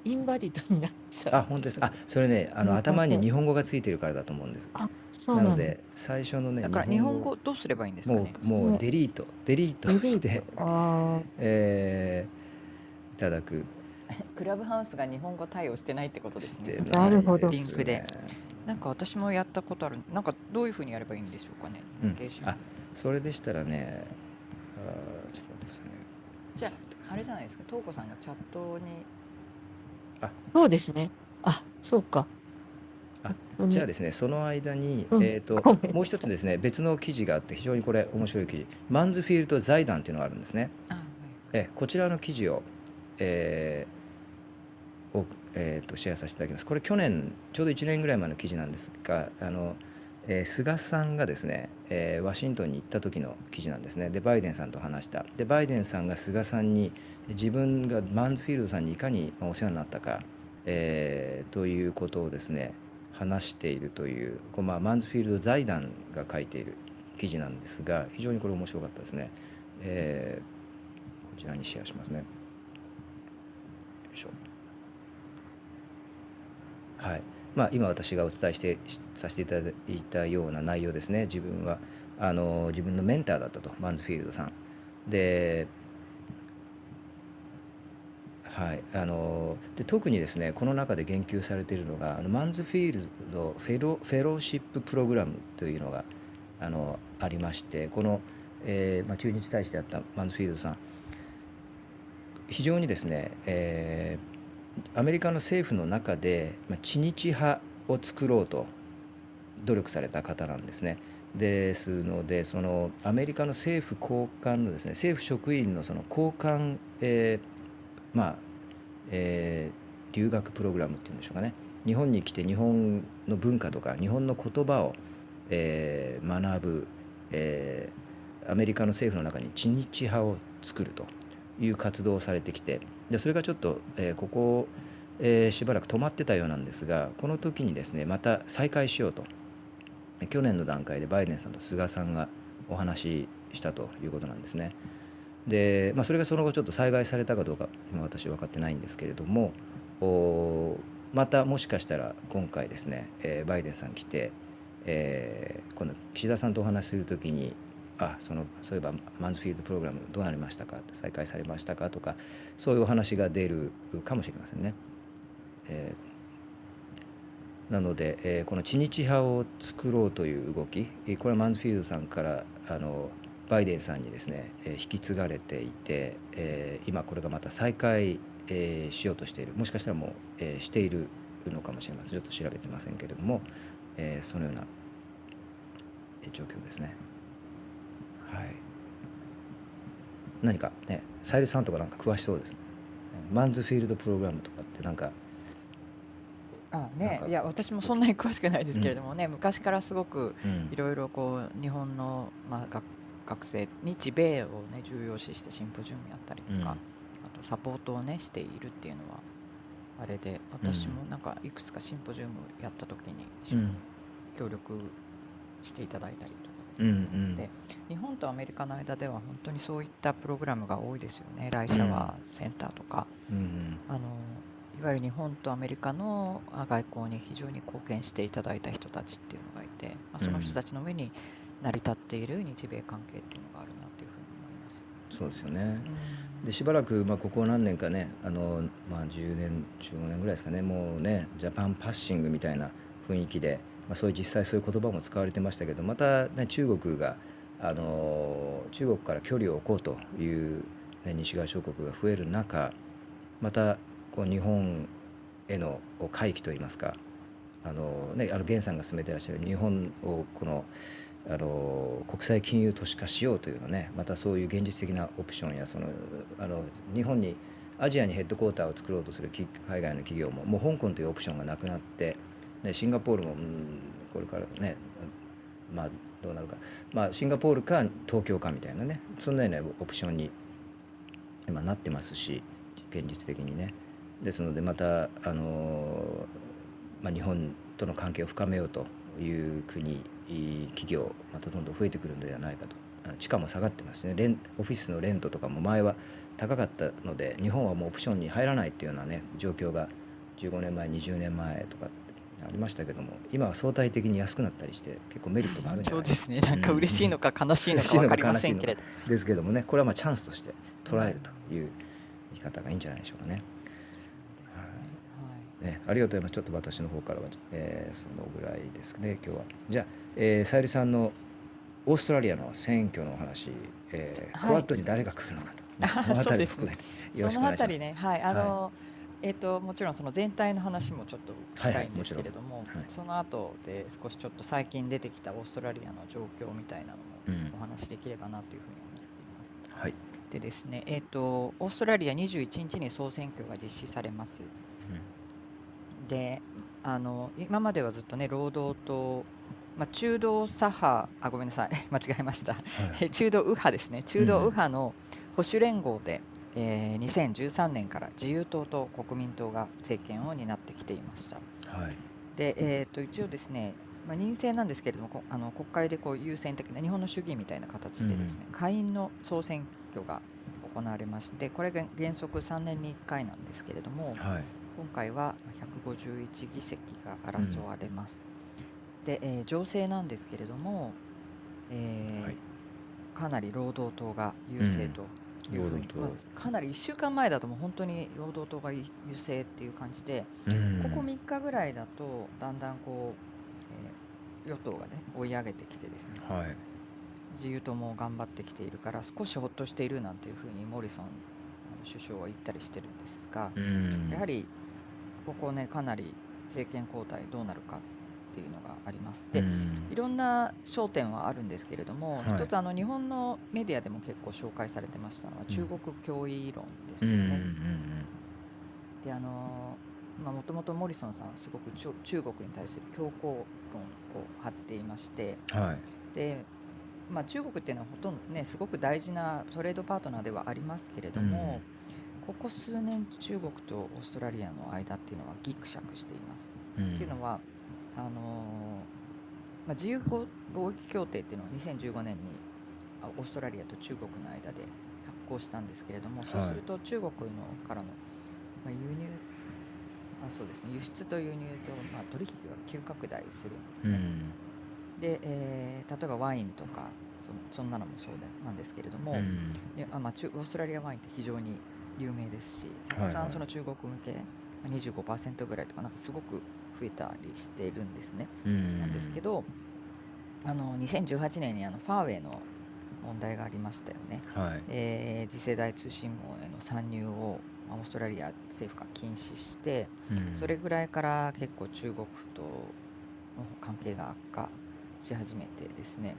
インバディドになっちゃあ、 うん本当です。 ですよ。 あ、それね、 うんうん頭にうん。 日本語がついてるからだと思うんです。 あ、そうなんだ。 なので、最初のね、 だ日から日本本語、 語どうすればいいんですかもね。 う、もうね、 デリートデリート。 してあいただくクラブハウスが日本語対応してないってことでしすね。 てそのなるほど。 ないですリンクで。 ね。 なんか私もやったことある。なんかどういうふうにやればいいんでしょうかね。 うん。 ノーケーション。 あ、それでしたらね、ちょっと待ってくださいね。 じゃちょっと待ってくだあ、あさいね。 れじゃないですか。トウコさんがチャットに。 あ、 そうですね。あ、そうか。チャあ、 ットに、 じゃあですね、その間に、 コメンもうトさ一つですね、別の記事があって、非常にこれ面白い記事、マンズフィールド財団っていうのがあるんですね。 はい。 こちらの記事を、えーをシェアさせていただきます。これ去年、ちょうど1年ぐらい前の記事なんですが、菅さんがですね、ワシントンに行った時の記事なんですね。で、バイデンさんと話した。で、バイデンさんが菅さんに自分がマンズフィールドさんにいかにお世話になったか、ということをですね、話しているという、マンズフィールド財団が書いている記事なんですが、非常にこれ面白かったですね。こちらにシェアしますね。よいしょ。はい。今私がお伝えさせていただいたような内容ですね。自分は自分のメンターだったと、マンズフィールドさん。で、はい、で特にですね、この中で言及されているのが、マンズフィールドフェローシッププログラムというのがありまして、この、駐日大使であったマンズフィールドさん、非常にですね、アメリカの政府の中で、知日派を作ろうと努力された方なんですね。ですので、そのアメリカの政府高官のですね、政府職員のその高官、まあ留学プログラムっていうんでしょうかね、日本に来て日本の文化とか日本の言葉を、学ぶ、アメリカの政府の中に知日派を作るという活動をされてきて、でそれがちょっと、ここ、しばらく止まってたようなんですが、この時にですね、また再開しようと、去年の段階でバイデンさんと菅さんがお話ししたということなんですね。で、それがその後ちょっと災害されたかどうか今私分かってないんですけれども、またもしかしたら今回ですね、バイデンさん来て、今度岸田さんとお話しするときに、そういえばマンズフィールドプログラムどうなりましたか、再開されましたかとか、そういうお話が出るかもしれませんね。なので、この知日派を作ろうという動き、これはマンズフィールドさんからバイデンさんにですね、引き継がれていて、今これがまた再開、しようとしている、もしかしたらもう、しているのかもしれません。ちょっと調べてませんけれども、そのような状況ですね。はい。何かね、さゆりさんとかなんか詳しそうですね。マンズフィールドプログラムとかってなんかいや私もそんなに詳しくないですけれどもね、昔からすごくいろいろこう日本の、学生日米をね重要視してシンポジウムやったりとか、あとサポートをねしているっていうのはあれで、私もなんかいくつかシンポジウムやった時に一緒に協力していただいたりとかで、日本とアメリカの間では本当にそういったプログラムが多いですよね。ライシャワーセンターとか、いわゆる日本とアメリカの外交に非常に貢献していただいた人たちっていうのがいて、その人たちの上に成り立っている日米関係っていうのがあるなっていうふうに思います。 そうですよね。でしばらく、ここ何年かね、10年15年ぐらいですかね、もうねジャパンパッシングみたいな雰囲気で、そういう実際そういう言葉も使われてましたけど、また、ね、中国が中国から距離を置こうという、西側諸国が増える中、またこう日本への回帰といいますか、源さんが進めていらっしゃる日本をこの国際金融都市化しようというのね、またそういう現実的なオプションや、日本にアジアにヘッドクォーターを作ろうとする海外の企業もう香港というオプションがなくなって、シンガポールも、これからね、どうなるか、シンガポールか東京かみたいなね、そんなようなオプションに今なってますし、現実的にね。ですのでまた日本との関係を深めようという国企業またどんどん増えてくるのではないかと地価も下がってますね。オフィスのレントとかも前は高かったので、日本はもうオプションに入らないっていうようなね状況が15年前20年前とかありましたけども、今は相対的に安くなったりして結構メリットがあるんじゃそうないか。 ですね。なんか嬉しいのか悲しいのか嬉しいの分かりまか悲しいのかせんけれど。 ですけどもね、これはまあチャンスとして捉えるという言い方がいいんじゃないでしょうかね。 そうですね。 はいね、ありがとうございます。ちょっと私の方からは、そのぐらいですね今日は。じゃあ、さゆりさんのオーストラリアの選挙のお話、クはい。 ワッドに誰が来るのかと、ね、このそう辺りもですね。 含めてよろそのあしくお願いします。 たりね、はい、 はい、 もちろんその全体の話もちょっとはいしたいんですはいもちろん。 けれども、 はいその後で少しちょっと最近出てきたオーストラリアの状況みたいなのもうんお話しできればなというふうに思っています。 はいでですね、オーストラリア21日に総選挙が実施されます。で、今まではずっとね、労働党、中道左派、ごめんなさい、間違えました。 はい中道右派ですね。中道右派の保守連合で、2013年から自由党と国民党が政権を担ってきていました。 はいで、一応ですね、任制なんですけれども、国会でこう優先的な日本の主義みたいな形でですね、下院の総選挙が行われまして、これが原則3年に1回なんですけれども、 はい今回は151議席が争われます。で、情勢なんですけれども、 はいかなり労働党が優勢というふうに、 労働党かなり1週間前だともう本当に労働党が優勢っていう感じで、ここ3日ぐらいだとだんだんこう、与党がね追い上げてきてですね、 はい自由党も頑張ってきているから少しほっとしているなんていうふうにモリソン首相は言ったりしてるんですが、やはりここねかなり政権交代どうなるかっていうのがあります。で、いろんな焦点はあるんですけれども、一つ日本のメディアでも結構紹介されてましたのは中国脅威論ですよね。で、もともとモリソンさんはすごく中国に対する強硬論を張っていまして、で、中国っていうのはほとんどねすごく大事なトレードパートナーではありますけれども、ここ数年中国とオーストラリアの間っていうのはギクシャクしています。っていうのは自由貿易協定っていうのを2015年にオーストラリアと中国の間で発行したんですけれども、そうすると中国からのそうですね、輸出と輸入と、取引が急拡大するんですね。で、例えばワインとかそんなのもそうなんですけれども、でオーストラリアワインって非常に有名ですし、たくさんその中国向け、25% ぐらいとかなんかすごく増えたりしているんですね。なんですけど、2018年にファーウェイの問題がありましたよね。次世代通信網への参入をオーストラリア政府が禁止して、それぐらいから結構中国との関係が悪化し始めてですね、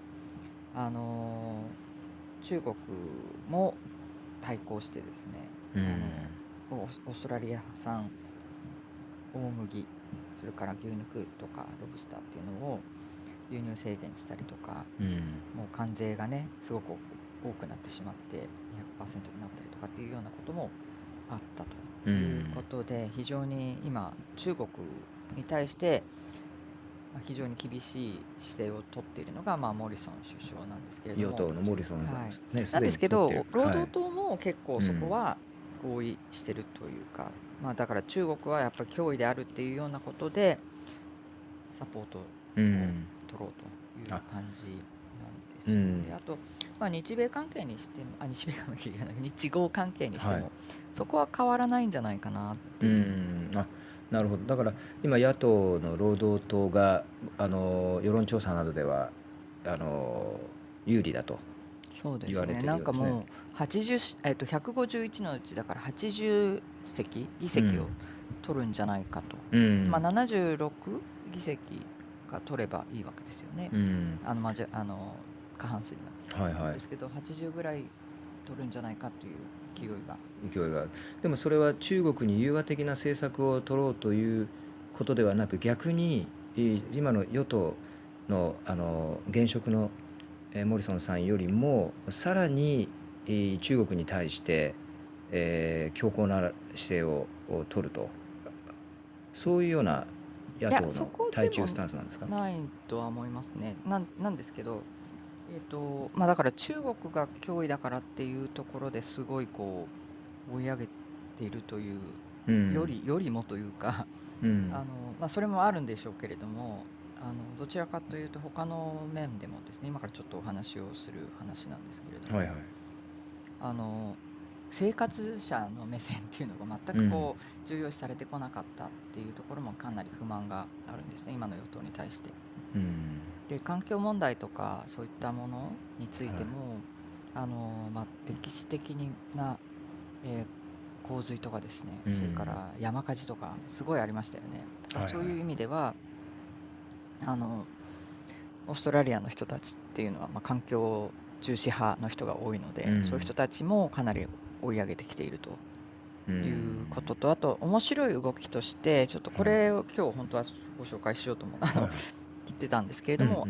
中国も対抗してですね、オーストラリア産大麦、それから牛肉とかロブスターっていうのを輸入制限したりとか、もう関税がねすごく多くなってしまって 200% になったりとかっていうようなこともあったということで、非常に今中国に対して非常に厳しい姿勢を取っているのが、モリソン首相なんですけれども、 与党のモリソンさんですね。 なんですけど、労働党も結構そこは合意してるというか、だから中国はやっぱり脅威であるっていうようなことでサポートを取ろうという感じなんですよ。で、あと、日米関係にしても日米関係じゃない日豪関係にしても、そこは変わらないんじゃないかなっていう。 なるほど。だから今野党の労働党が世論調査などでは有利だと言われているようですね。 なんかもう151のうちだから80議席を取るんじゃないかと、76議席が取ればいいわけですよね。過半数には。ですけど80ぐらい取るんじゃないかっていう勢いがある。でもそれは中国に融和的な政策を取ろうということではなく、逆に今の与党の現職のモリソンさんよりもさらに中国に対して強硬な姿勢を取ると、そういうような野党の対中スタンスなんですか？ ないとは思いますね。なんですけど、 だから中国が脅威だからっていうところですごいこう追い上げているというよりもというかそれもあるんでしょうけれども、どちらかというと他の面でもですね、今からちょっとお話をする話なんですけれども、あの生活者の目線っていうのが全くこう重要視されてこなかったっていうところもかなり不満があるんですね、今の与党に対して。で環境問題とかそういったものについても、歴史的な、洪水とかですね、それから山火事とかすごいありましたよね。そういう意味ではオーストラリアの人たちっていうのは、環境重視派の人が多いので、そういう人たちもかなり追い上げてきているということと、あと面白い動きとしてちょっとこれを今日本当はご紹介しようと思言ってたんですけれども、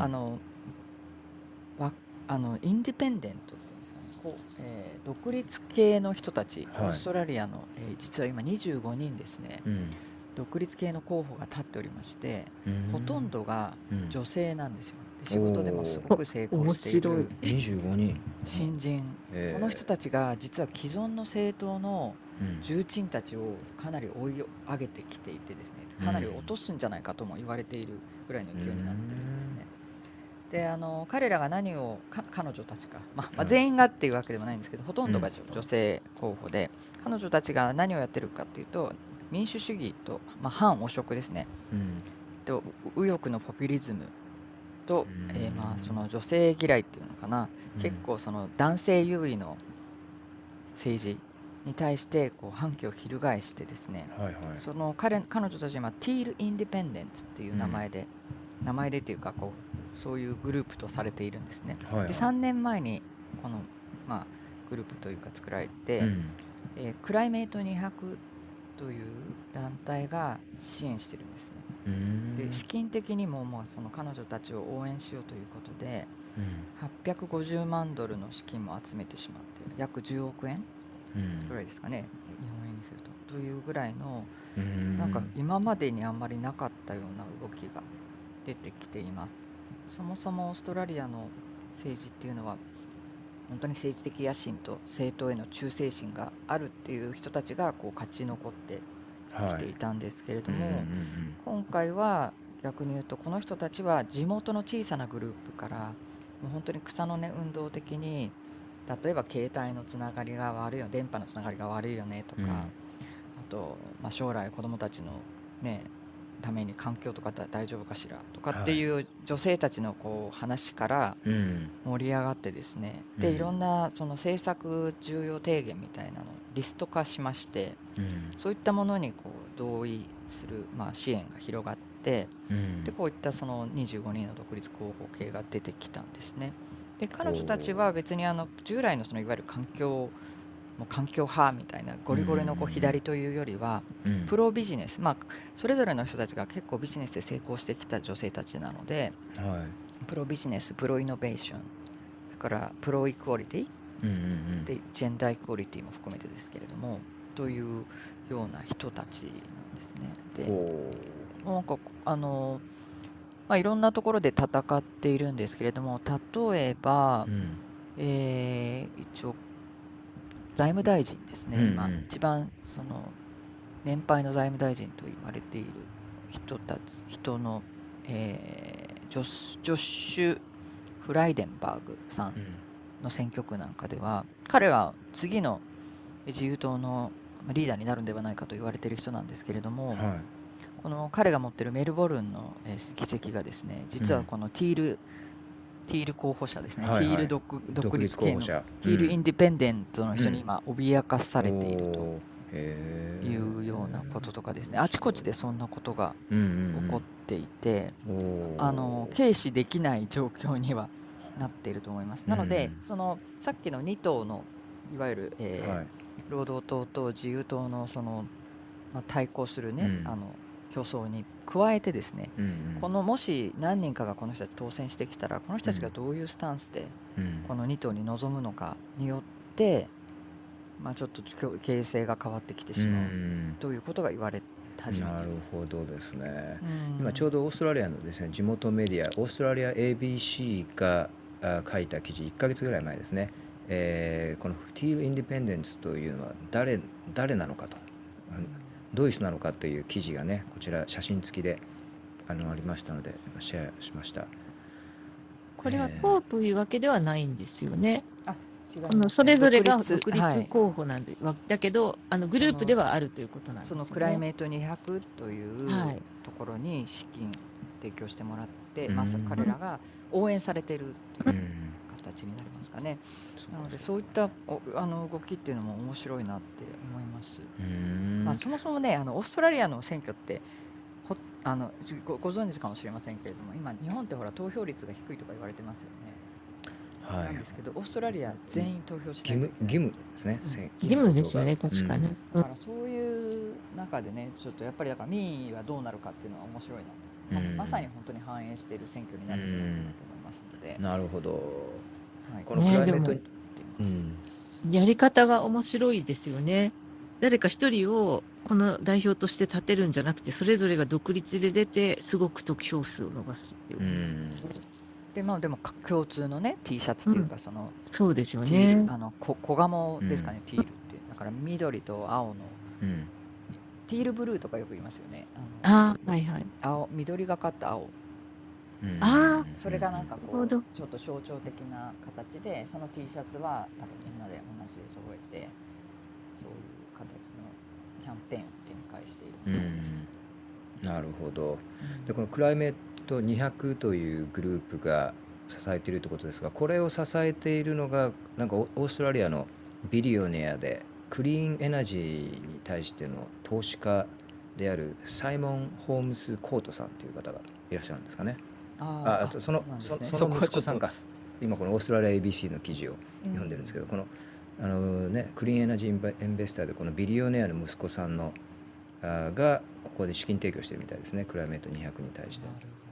インディペンデントっていうんですかね、独立系の人たち、オーストラリアの、実は今25人ですね、独立系の候補が立っておりまして、ほとんどが女性なんですよ。で仕事でもすごく成功している 25人新人、この人たちが実は既存の政党の重鎮たちをかなり追い上げてきていてですね、かなり落とすんじゃないかとも言われているぐらいの勢いになってるんですね。で彼らが何を彼女たちか、全員がっていうわけではないんですけど、ほとんどが女性候補で、彼女たちが何をやってるかっていうと、民主主義と、反汚職ですね、と右翼のポピュリズムと、その女性嫌いっていうのかな、結構その男性優位の政治に対してこう反旗を翻してですね、その彼女たちはティール・インディペンデントっていう名前でっていうかこうそういうグループとされているんですね。で3年前にこの、グループというか作られて、クライメート200という団体が支援してるんですね。で資金的にも、その彼女たちを応援しようということで、850万ドルの資金も集めてしまって、約10億円ぐらいですかね、日本円にするというぐらいの、なんか今までにあんまりなかったような動きが出てきています。そもそもオーストラリアの政治っていうのは本当に政治的野心と政党への忠誠心があるっていう人たちがこう勝ち残ってきていたんですけれども、今回は逆に言うとこの人たちは地元の小さなグループからもう本当に草の根運動的に、例えば携帯のつながりが悪いよ、電波のつながりが悪いよねとか、あと、将来子どもたちのねために環境とか大丈夫かしらとかっていう女性たちのこう話から盛り上がってですね、でいろんなその政策重要提言みたいなのをリスト化しまして、そういったものにこう同意する、支援が広がって、でこういったその25人の独立候補系が出てきたんですね。で彼女たちは別に従来のそのいわゆる環境派みたいなゴリゴリのこう左というよりは、プロビジネス、それぞれの人たちが結構ビジネスで成功してきた女性たちなので、プロビジネス、プロイノベーション、それからプロイクオリティ、でジェンダーイクオリティも含めてですけれども、というような人たちなんですね。でなんかいろんなところで戦っているんですけれども、例えば、一応財務大臣ですね、今一番その年配の財務大臣と言われている人の、ジョッシュ・フライデンバーグさんの選挙区なんかでは、彼は次の自由党のリーダーになるんではないかと言われている人なんですけれども、この彼が持っているメルボルンの議席がですね、実はこのティール候補者ですね、ティール独立系のティールインディペンデントの人に今脅かされているというようなこととかですね、あちこちでそんなことが起こっていて、軽視できない状況にはなっていると思います。なのでそのさっきの2党のいわゆる、労働党と自由党のその、対抗するね、競争に加えてですね、このもし何人かがこの人たち当選してきたら、この人たちがどういうスタンスでこの2党に臨むのかによって、ちょっと形勢が変わってきてしまうということが言われ始めています。 なるほどですね。今ちょうどオーストラリアのですね、地元メディアオーストラリア ABC が書いた記事、1ヶ月ぐらい前ですね。このティール・インディペンデンスというのは誰なのかと、どういう人なのかという記事がね、こちら写真付きでありましたのでシェアしました。 これは党というわけではないんですよね。 違いますね。 それぞれが独立はい。 候補なんで、だけどグループではあるということなんですそよね。 のクライメート200というはいところに資金提供してもらって、 うん彼らが応援されているとういうん形になりますかね。 そうなのでかそういった動きっていうのも面白いなって思います。 うんそもそもね、オーストラリアの選挙ってご存知かもしれませんけれども、今日本ってほら投票率が低いとか言われてますよね。 はいなんですけど、オーストラリア全員投票しないといけない義務ですね。 義務ですよね、確かに。 だからそういう中でね、ちょっとやっぱりだから民意はどうなるかっていうのは面白いな、まさに本当に反映している選挙になるんじゃないかなと思いますので、 なるほど。 はい、 このクライメートねに、 やり方が面白いですよね。誰か一人をこの代表として立てるんじゃなくて、それぞれが独立で出て、すごく得票数を伸ばすっていう。 でも共通のね T シャツっていうか、 そうですよティーね。 ル小鴨ですかね、ティールってだから緑と青の、ティールブルーとかよく言いますよね。 はいはい。 緑がかった青、それがなんかこうちょっと象徴的な形で、その T シャツは多分みんなで同じで揃えて、そういう形のキャンペーンを展開しているみたいです。 なるほど。でこのクライメート200というグループが支えているということですが、これを支えているのがなんかオーストラリアのビリオネアでクリーンエナジーに対しての投資家であるサイモン・ホームス・コートさんという方がいらっしゃるんですかね。あとその息子さんか。今このオーストラリア ABC の記事を読んでるんですけど、このクリーンエナジーインベスターでこのビリオネアの息子さんのがここで資金提供してるみたいですね、クライメート200に対して。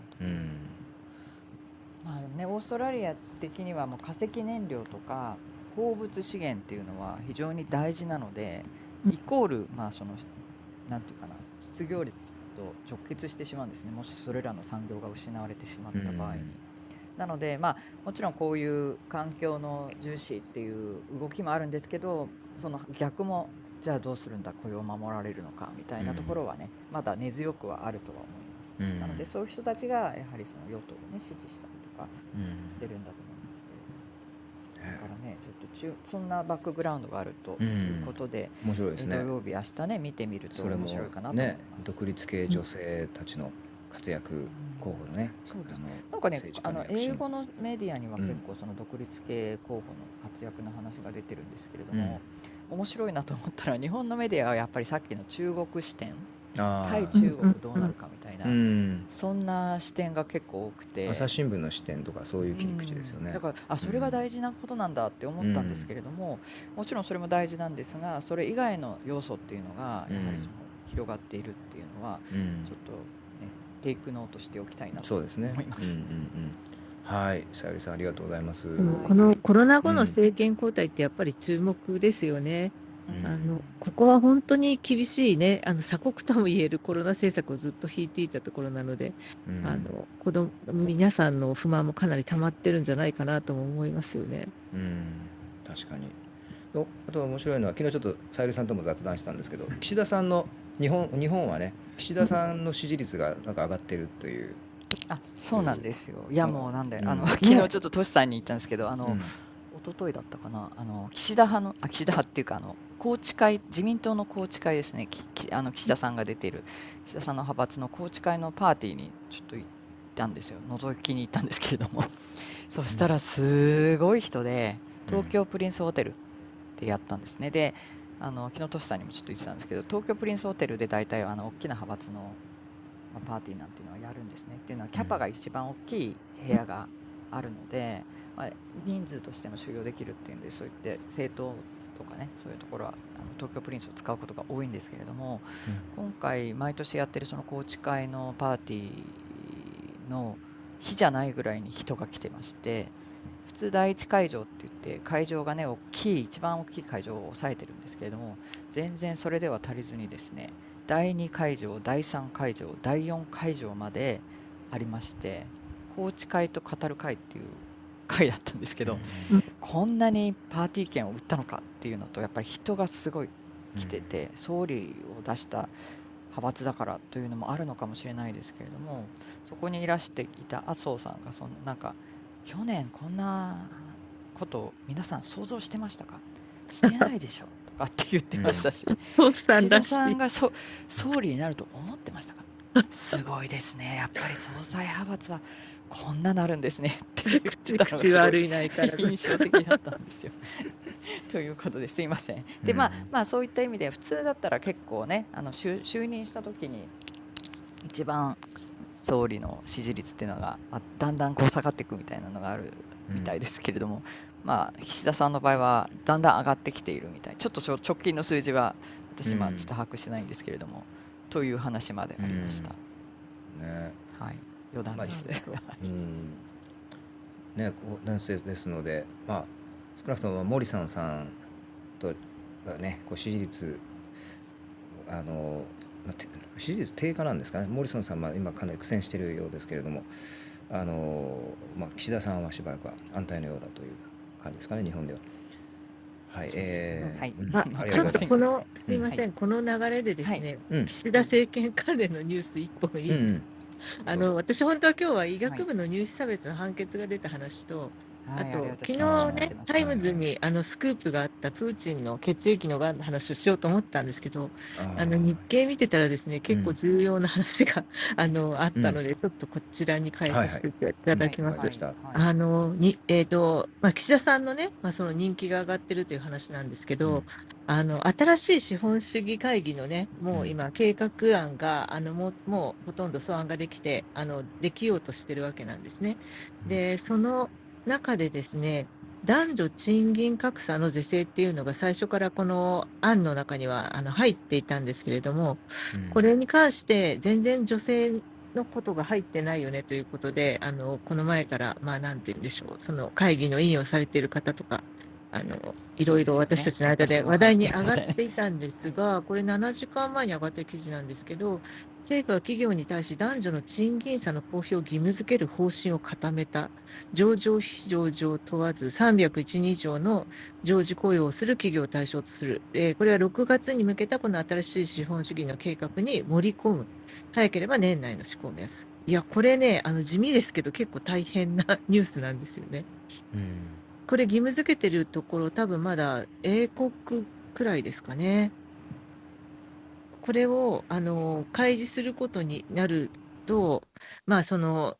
オーストラリア的にはもう化石燃料とか鉱物資源っていうのは非常に大事なので、イコールそのなんていうかな、失業率と直結してしまうんですね、もしそれらの産業が失われてしまった場合に。なのでもちろんこういう環境の重視っていう動きもあるんですけど、その逆もじゃあどうするんだ、雇用を守られるのかみたいなところはね、まだ根強くはあるとは思います。なのでそういう人たちがやはりその与党をね支持したりとかしてるんだと思いますけれども、だからねちょっとそんなバックグラウンドがあるということで、 面白いですね。 土曜日明日ね見てみると面白いかなと思います。 独立系女性たちの活躍候補のね、 なんかね英語のメディアには結構その独立系候補の活躍の話が出てるんですけれども、面白いなと思ったら日本のメディアはやっぱりさっきの中国視点、対中国どうなるかみたいな、そんな視点が結構多くて、 朝日新聞の視点とかそういう切り口ですよね。 だからそれは大事なことなんだって思ったんですけれども、もちろんそれも大事なんですが、それ以外の要素っていうのがやはりその広がっているっていうのはちょっとねテイクノートしておきたいなと思います。 はい、さゆりさんありがとうございます。 このコロナ後の政権交代ってやっぱり注目ですよね。ここは本当に厳しいね、鎖国ともいえるコロナ政策をずっと引いていたところなので、皆さんの不満もかなり溜まってるんじゃないかなとも思いますよね。 確かに。あと面白いのは、昨日ちょっとさゆりさんとも雑談したんですけど、岸田さんの日本はね、岸田さんの支持率がなんか上がってるという。 そうなんですよ。いやもうなんで昨日ちょっとトシさんに言ったんですけど、一昨日だったかな、岸田派っていうか宏池会、自民党の宏池会ですね、岸田さんが出ている岸田さんの派閥の宏池会のパーティーにちょっと行ったんですよ。覗きに行ったんですけれどもそしたらすごい人で、東京プリンスホテルでやったんですね。で昨日トシさんにもちょっと言ってたんですけど、東京プリンスホテルで大体大きな派閥のパーティーなんていうのはやるんですね。っていうのはキャパが一番大きい部屋があるので、人数としても収容できるっていうんで、そういって政党とかね、そういうところは東京プリンスを使うことが多いんですけれども、今回毎年やってるその宏池会のパーティーの日じゃないぐらいに人が来てまして、普通第一会場って言って会場がね一番大きい会場を抑えてるんですけれども、全然それでは足りずにですね、第2会場、第3会場、第4会場までありまして、宏池会と語る会っていう回だったんですけど、 うん。 こんなにパーティー券を売ったのかっていうのと、やっぱり人がすごい来てて、総理を出した派閥だからというのもあるのかもしれないですけれども、そこにいらしていた麻生さんがなんか去年こんなことを皆さん想像してましたか、してないでしょとかって言ってましたし、 父さん岸田らしい。 さんが総理になると思ってましたか、すごいですね、やっぱり総裁派閥はこんななるんですねって言ってたのが口すごい悪いないから印象的だったんですよ。ということですいません。で、まあそういった意味で普通だったら結構ね、就任した時に一番総理の支持率っていうのがだんだんこう下がっていくみたいなのがあるみたいですけれども、まあ岸田さんの場合はだんだん上がってきているみたい、ちょっと直近の数字は私ちょっと把握してないんですけれども、という話までありました。 ね、 はい、余談です。 ね、ですので、まあ少なくとも森さんとがね、こう支持率支持率低下なんですかね。モリソンさんは今かなり苦戦しているようですけれども、岸田さんはしばらくは安泰のようだという感じですかね、日本では。はい、 ちょっとすいません、この流れでですね、岸田政権関連のニュース1本いいです。私本当は今日は医学部の入試差別の判決が出た話と、あと昨日ね、タイムズにスクープがあったプーチンの血液のがんの話をしようと思ったんですけど、日経見てたらですね、結構重要な話があったので、ちょっとこちらに変えさせていただきます。岸田さんのね、その人気が上がってるという話なんですけど、新しい資本主義会議のね、もう今計画案がもうほとんど素案ができてできようとしてるわけなんですね。で、その中でですね、男女賃金格差の是正っていうのが最初からこの案の中には入っていたんですけれども、これに関して全然女性のことが入ってないよねということで、この前からなんて言うんでしょう、その会議の委員をされている方とかいろいろ私たちの間で話題に上がっていたんですが、これ7時間前に上がった記事なんですけど、政府は企業に対し男女の賃金差の公表を義務付ける方針を固めた。上場非上場問わず301人以上の常時雇用をする企業を対象とする。これは6月に向けたこの新しい資本主義の計画に盛り込む。早ければ年内の施行を目指す。いや、これね、地味ですけど結構大変なニュースなんですよね。これ義務付けてるところ多分まだ英国くらいですかね。これを開示することになると、その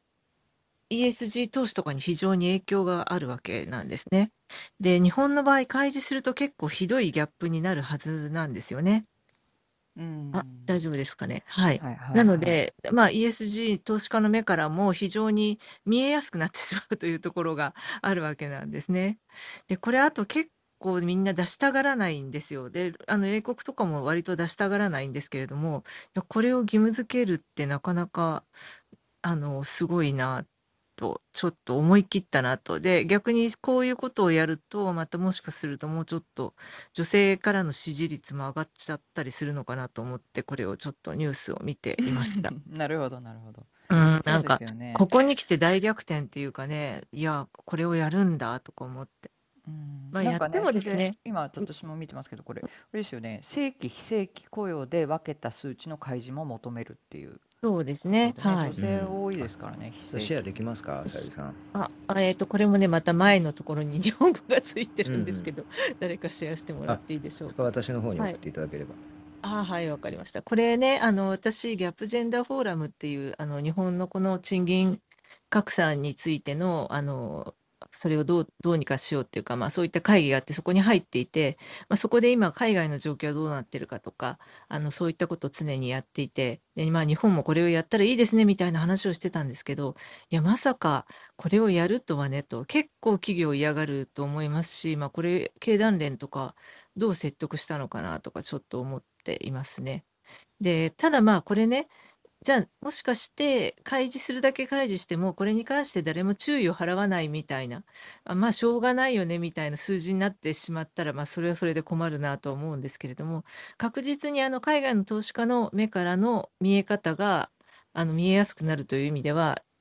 ESG 投資とかに非常に影響があるわけなんですね。で、日本の場合開示すると結構ひどいギャップになるはずなんですよね。大丈夫ですかね。はい。なので、ESG 投資家の目からも非常に見えやすくなってしまうというところがあるわけなんですね。で、これあと結構みんな出したがらないんですよ。で、英国とかも割と出したがらないんですけれども、これを義務付けるってなかなかすごいなと、ちょっと思い切ったなと。で、逆にこういうことをやると、またもしかするともうちょっと女性からの支持率も上がっちゃったりするのかなと思って、これをちょっとニュースを見ていました。 なるほど、なるほど。 なんか、ここに来て大逆転っていうかね、いや、これをやるんだとか思って。やってもですね、 今私も見てますけど、これですよね、正規非正規雇用で分けた数値の開示も求めるっていう。 そうですね。 女性多いですからね。 シェアできますか、さゆりさん。 これもね、また前のところに日本語がついてるんですけど、誰かシェアしてもらっていいでしょうか。 私の方に送っていただければ。 はい、わかりました。これね、私、ギャップジェンダーフォーラムっていう、日本のこの賃金格差についての、それをどうにかしようっていうか、そういった会議があって、そこに入っていて、そこで今、海外の状況はどうなってるかとか、そういったことを常にやっていて、で、日本もこれをやったらいいですねみたいな話をしてたんですけど、いや、まさかこれをやるとはねと、結構企業嫌がると思いますし、これ、経団連とか、どう説得したのかなとか、ちょっと思っていますね。で、ただこれね、じゃあ、もしかして開示するだけ開示しても、これに関して誰も注意を払わないみたいな、しょうがないよねみたいな数字になってしまったら、それはそれで困るなと思うんですけれども、確実に海外の投資家の目からの見え方が見えやすくなるという意味では、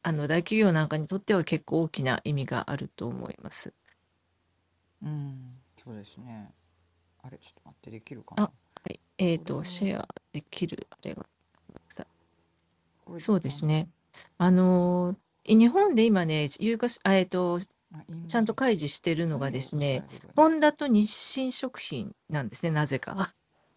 大企業なんかにとっては結構大きな意味があると思います。 そうですね。あれ、ちょっと待って、できるかあ、 な。 はい。 これはシェアできる、あれが、 これそうですね。日本で今ね、有価し、ちゃんと開示してるのがですね、ホンダと日清食品なんですね、なぜか。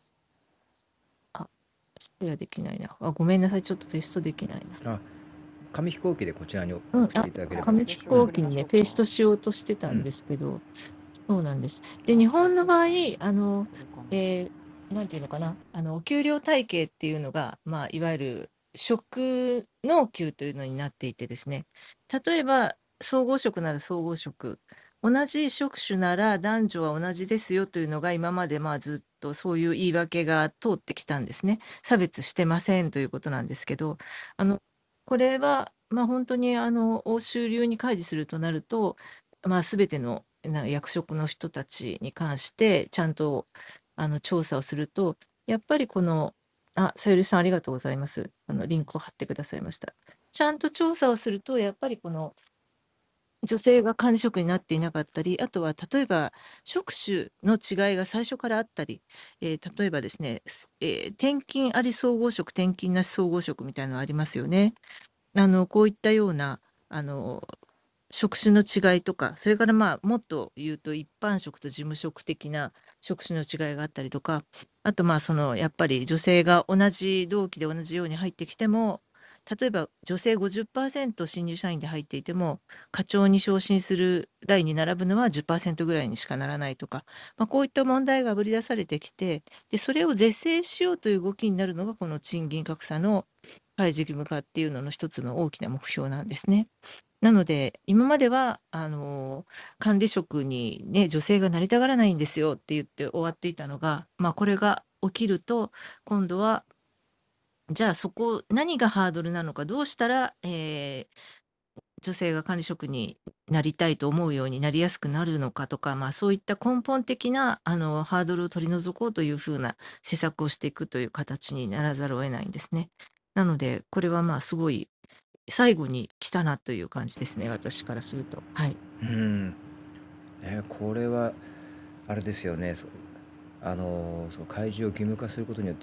シェアできないな。ごめんなさい、ちょっとペーストできないな。 紙飛行機でこちらに送っていただければ。 紙飛行機にね、ペーストしようとしてたんですけど、そうなんです。で、日本の場合、なんていうのかな、お給料体系っていうのが、いわゆる職能給というのになっていてですね、例えば、総合職なら総合職、同じ職種なら男女は同じですよというのが今までずっとそういう言い訳が通ってきたんですね。差別してませんということなんですけど、これは、本当に欧州流に開示するとなると、全ての役職の人たちに関してちゃんと調査をすると、やっぱりさゆりさんありがとうございます。リンクを貼ってくださいました。ちゃんと調査をすると、やっぱり女性が管理職になっていなかったり、あとは例えば職種の違いが最初からあったり、例えばですね、転勤あり総合職、転勤なし総合職みたいなのありますよね。こういったような職種の違いとか、それからもっと言うと一般職と事務職的な職種の違いがあったりとか、あとやっぱり女性が同じ同期で同じように入ってきても、例えば女性50%新入社員で入っていても、課長に昇進するラインに並ぶのは10%ぐらいにしかならないとか、こういった問題があぶり出されてきて、で、それを是正しようという動きになるのが、この賃金格差の開示義務化っていうのの一つの大きな目標なんですね。なので、今までは管理職にね、女性がなりたがらないんですよって言って終わっていたのが、これが起きると、今度は、じゃあそこ、何がハードルなのか、どうしたら、女性が管理職になりたいと思うようになりやすくなるのかとか、そういった根本的なハードルを取り除こうというふうな施策をしていくという形にならざるを得ないんですね。なので、これはすごい最後に来たなという感じですね、私からすると。はい。 これはあれですよね。その開示を義務化することによって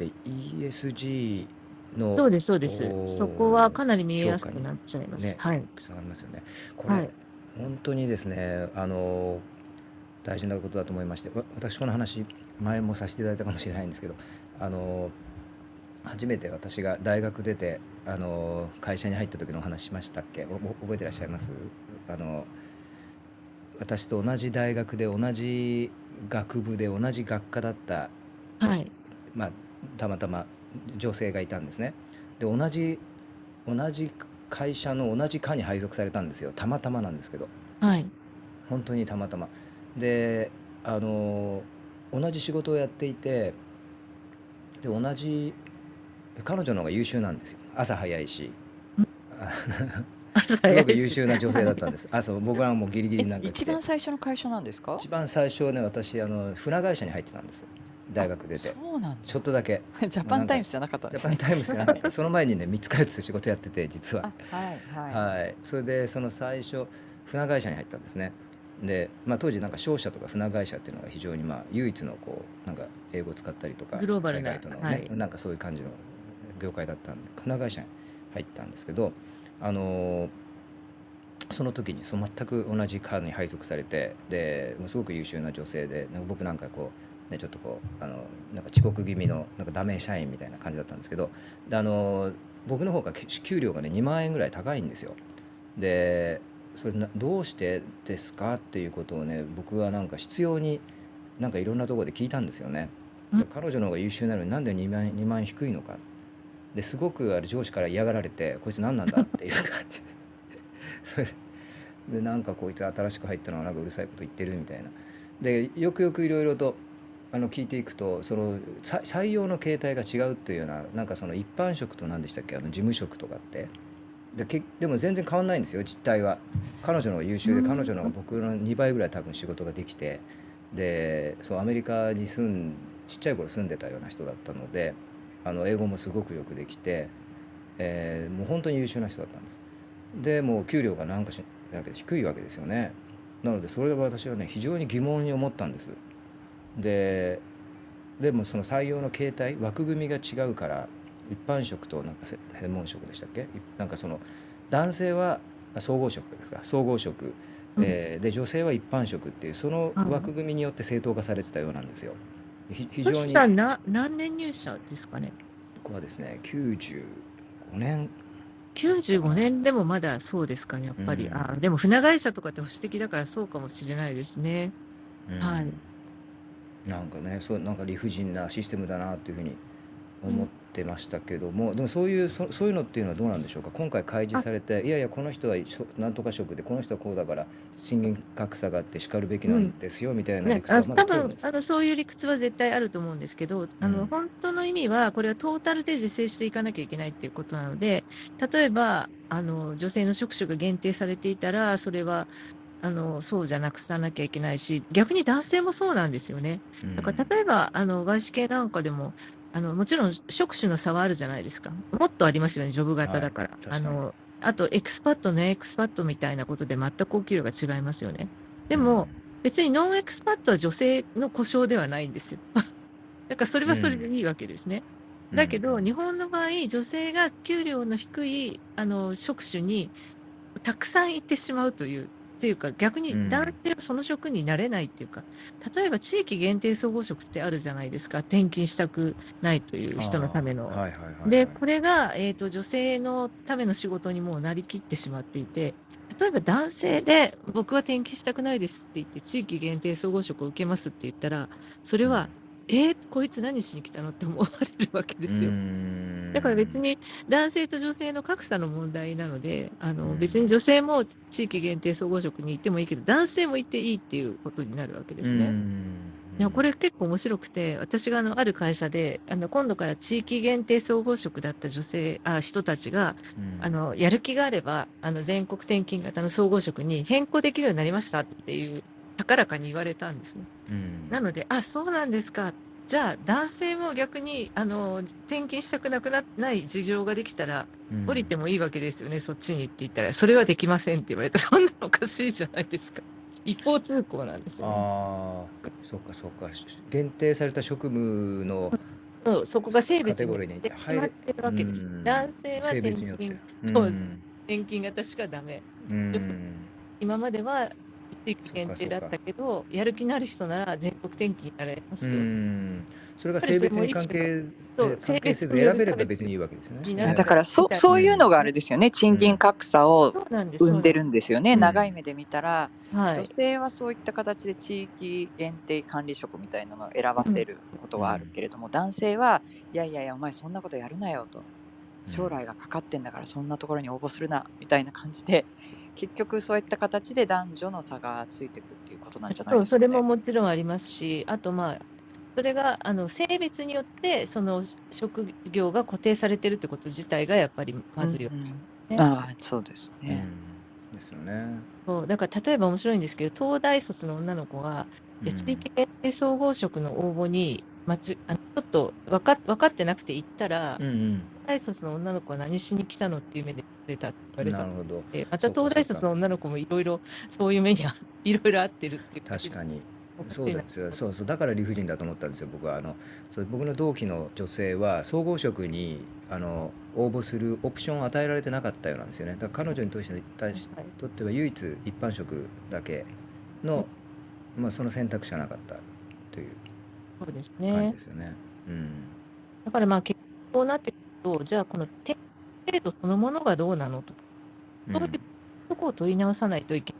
ESG のそうですそうです。そこはかなり見えやすく評価になっちゃいます。 ね、 はい。 つながりますよね。これ、 はい。 本当にですね、大事なことだと思いまして、私この話前もさせていただいたかもしれないんですけど、初めて私が大学出て会社に入った時のお話しましたっけ？覚えてらっしゃいます？私と同じ大学で同じ学部で同じ学科だった、 はい。 たまたま女性がいたんですね。で同じ会社の同じ課に配属されたんですよ。たまたまなんですけど、 はい。 本当にたまたまで、同じ仕事をやっていて、で彼女の方が優秀なんですよ。朝早いしすごく優秀な女性だったんです。僕はもうギリギリなんか来て。 一番最初の会社なんですか？ 一番最初ね、私船会社に入ってたんです。大学出てそうなんだ。 ちょっとだけジャパンタイムズじゃなかったんですね。 ジャパンタイムズじゃなかったその前にね3つ通って仕事やってて、実は。 はい。 それでその最初船会社に入ったんですね。で、当時なんか商社とか船会社っていうのが非常に唯一のなんか英語を使ったりとかグローバルな海外とのね、なんかそういう感じの業界だったんで船会社に入ったんですけど、その時に全く同じ課に配属されて、もうすごく優秀な女性で、僕なんかちょっとなんか遅刻気味のなんかダメ社員みたいな感じだったんですけど、で僕の方が給料がね2万円ぐらい高いんですよ。でそれどうしてですかっていうことをね、僕はなんか必要になんかいろんなところで聞いたんですよね。彼女の方が優秀なのになんで2万円低いのか。ですごく上司から嫌がられて、こいつ何なんだっていう感じでなんかこいつ新しく入ったのはなんかうるさいこと言ってるみたいな。でよくよくいろいろと聞いていくと、その採用の形態が違うっていうような、なんかその一般職と何でしたっけ、事務職とかってでも全然変わんないんですよ、実態は。彼女の方が優秀で、彼女の方が僕の2倍ぐらい多分仕事ができて、でそうアメリカにちっちゃい頃住んでたような人だったので、英語もすごくよくできて、もう本当に優秀な人だったんです。 でもう給料がなんかだけど低いわけですよね。なのでそれは私はね非常に疑問に思ったんです。でもその採用の形態枠組みが違うから、一般職となんか専門職でしたっけ、なんかその男性は総合職ですか、総合職、で女性は一般職っていうその枠組みによって正当化されてたようなんですよ。 非常に。何年入社ですかね。 ここはですね95年。 95年でもまだそうですかね、やっぱり。でも船会社とかって保守的だからそうかもしれないですね。はい。 なんかね、なんか理不尽なシステムだなっていうふうに思ってましたけども、でもそういうのっていうのはどうなんでしょうか。今回開示されて、いやいやこの人はなんとか職でこの人はこうだから賃金格差があってしかるべきなんですよみたいな理屈はまだ通るんですか。 多分そういう理屈は絶対あると思うんですけど、本当の意味はこれはトータルで是正していかなきゃいけないっていうことなので、例えば女性の職種が限定されていたらそれはそうじゃなくさなきゃいけないし、逆に男性もそうなんですよね。だから例えば外資系なんかでももちろん職種の差はあるじゃないですか。もっとありますよね、ジョブ型だから。あとエクスパット、ノンエクスパットみたいなことで全くお給料が違いますよね。でも、別にノンエクスパットは女性の故障ではないんですよ。だからそれはそれでいいわけですね。だけど、日本の場合、女性が給料の低い職種にたくさん行ってしまうというっていうか、逆に男性はその職になれないっていうか、例えば地域限定総合職ってあるじゃないですか、転勤したくないという人のための。で、これが、女性のための仕事にもうなりきってしまっていて、例えば男性で僕は転勤したくないですって言って地域限定総合職を受けますって言ったら、それは、こいつ何しに来たのって思われるわけですよ。だから別に男性と女性の格差の問題なので、別に女性も地域限定総合職に行ってもいいけど、男性も行っていいっていうことになるわけですね。いや、これ結構面白くて、私がある会社で、今度から地域限定総合職だった人たちが、やる気があれば、全国転勤型の総合職に変更できるようになりましたっていう、高らかに言われたんですね。なので、そうなんですか。じゃあ、男性も逆に、転勤したくない事情ができたら、降りてもいいわけですよね、そっちにって言ったら、それはできませんって言われた。そんなのおかしいじゃないですか。一方通行なんですよね。 そうかそうか。限定された職務のそこが性別に決まってるわけです。男性は転勤型しかダメ。今までは地域限定だったけど、やる気のある人なら全国転勤になれますよ。 それが性別に関係せず選べれば別にいいわけですよね。 だからそういうのがあれですよね、賃金格差を生んでるんですよね。長い目で見たら、女性はそういった形で地域限定管理職みたいなのを選ばせることはあるけれども、男性はいやいやいやお前そんなことやるなよと、将来がかかってんだからそんなところに応募するなみたいな感じで、結局そういった形で男女の差がついていくっていうことなんじゃないですかね。 それももちろんありますし、あとそれが性別によってその職業が固定されてるってこと自体がやっぱりまずいよね。 そうですね。 ですよね。 そうだから例えば面白いんですけど、東大卒の女の子が地域限定総合職の応募にちょっと分かってなくて行ったら、東大卒の女の子は何しに来たのっていう目で出たって言われたので、また東大卒の女の子もいろいろそういう目にいろいろ合ってるっていう。 確かにそうですよ。そうだから理不尽だと思ったんですよ。僕は僕の同期の女性は総合職に応募するオプションを与えられてなかったようなんですよね。だから彼女にとっては唯一一般職だけの、その選択肢はなかったという感じですよね。 だから結構こうなってくると、じゃあこの制度そのものがどうなのとか、そういうところを問い直さないといけない。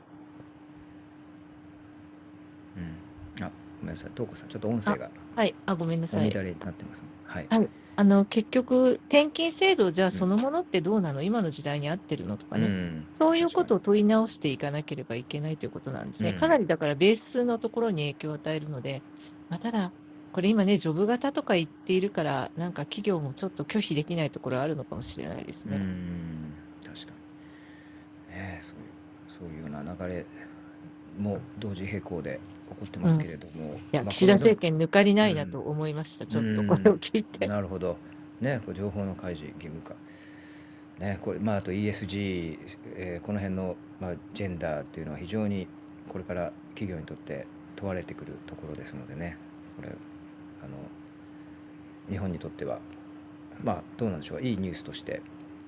ごめんなさい、東子さん、ちょっと音声がごめんなさい。 お乱れになってますね。 結局転勤制度じゃあそのものってどうなの、今の時代に合ってるのとかね、そういうことを問い直していかなければいけないということなんですね。かなりだからベースのところに影響を与えるので、ただこれ今ねジョブ型とか言っているからなんか企業もちょっと拒否できないところあるのかもしれないですね。 確かにね、そういうような流れも同時並行で起こってますけれども、 いや岸田政権抜かりないなと思いました、ちょっとこれを聞いて。 なるほどね、情報の開示義務化ね、これ、あと ESG、この辺の、ジェンダーっていうのは非常にこれから企業にとって問われてくるところですのでね、これ日本にとってはどうなんでしょう、いいニュースとして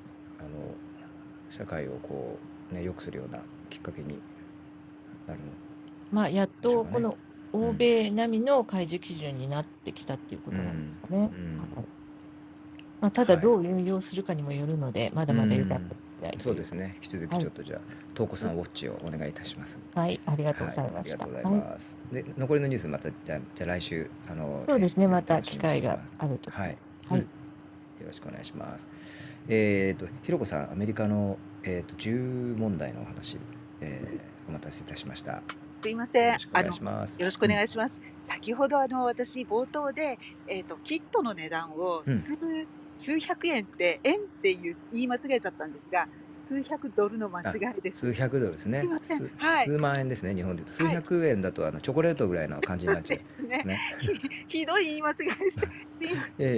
社会をこう、良くするようなきっかけになるやっでしょうかね。 とこの欧米並みの開示基準になってきたっていうことなんですかね。ただどう運用するかにもよるので、まだまだよかったそうですね。引き続きちょっとじゃあ、東子さんウォッチをお願いいたします。 はい、ありがとうございました。 ありがとうございます。で、残りのニュースまたじゃあ来週そうですね、また機会があると。 はい。よろしくお願いします。ひろこさん、アメリカの銃問題のお話、お待たせいたしました。すいません。 よろしくお願いします。 よろしくお願いします。先ほど私冒頭でキットの値段を数百円って円って言い間違えちゃったんですが、数百ドルの間違いです。 数百ドルですね。数万円ですね、日本で言うと。数百円だとチョコレートぐらいの感じになっちゃう。 ですね。ひどい言い間違いして。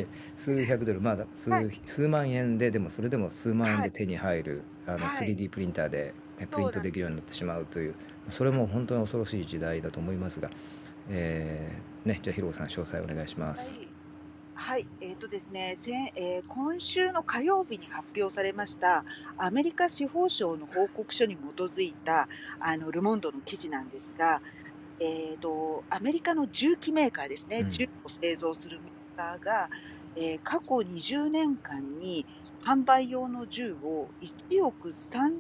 数百ドル、数万円で、でもそれでも数万円で手に入る、3D プリンターで、プリントできるようになってしまうという、それも本当に恐ろしい時代だと思いますが、じゃあひろこさん詳細お願いします。 はい、ですね、今週の火曜日に発表されましたアメリカ司法省の報告書に基づいたルモンドの記事なんですが、アメリカの銃器メーカーですね、銃を製造するメーカーが、過去20年間に販売用の銃を1億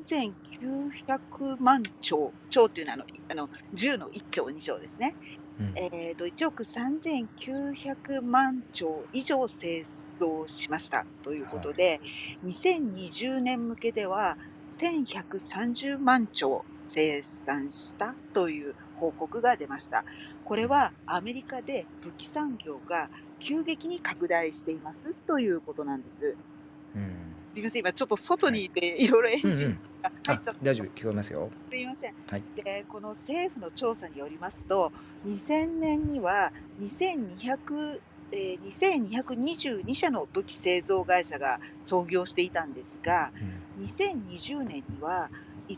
3900万丁、丁というのは銃の1丁2丁ですね。1億3900万丁以上製造しましたということで、2020年向けでは1130万丁生産したという報告が出ました。これはアメリカで武器産業が急激に拡大していますということなんです。すみません、今ちょっと外にいていろいろエンジンが入っちゃった。 大丈夫、聞こえますよ。 すいません。で、この政府の調査によりますと、2000年には2222社の武器製造会社が創業していたんですが、2020年には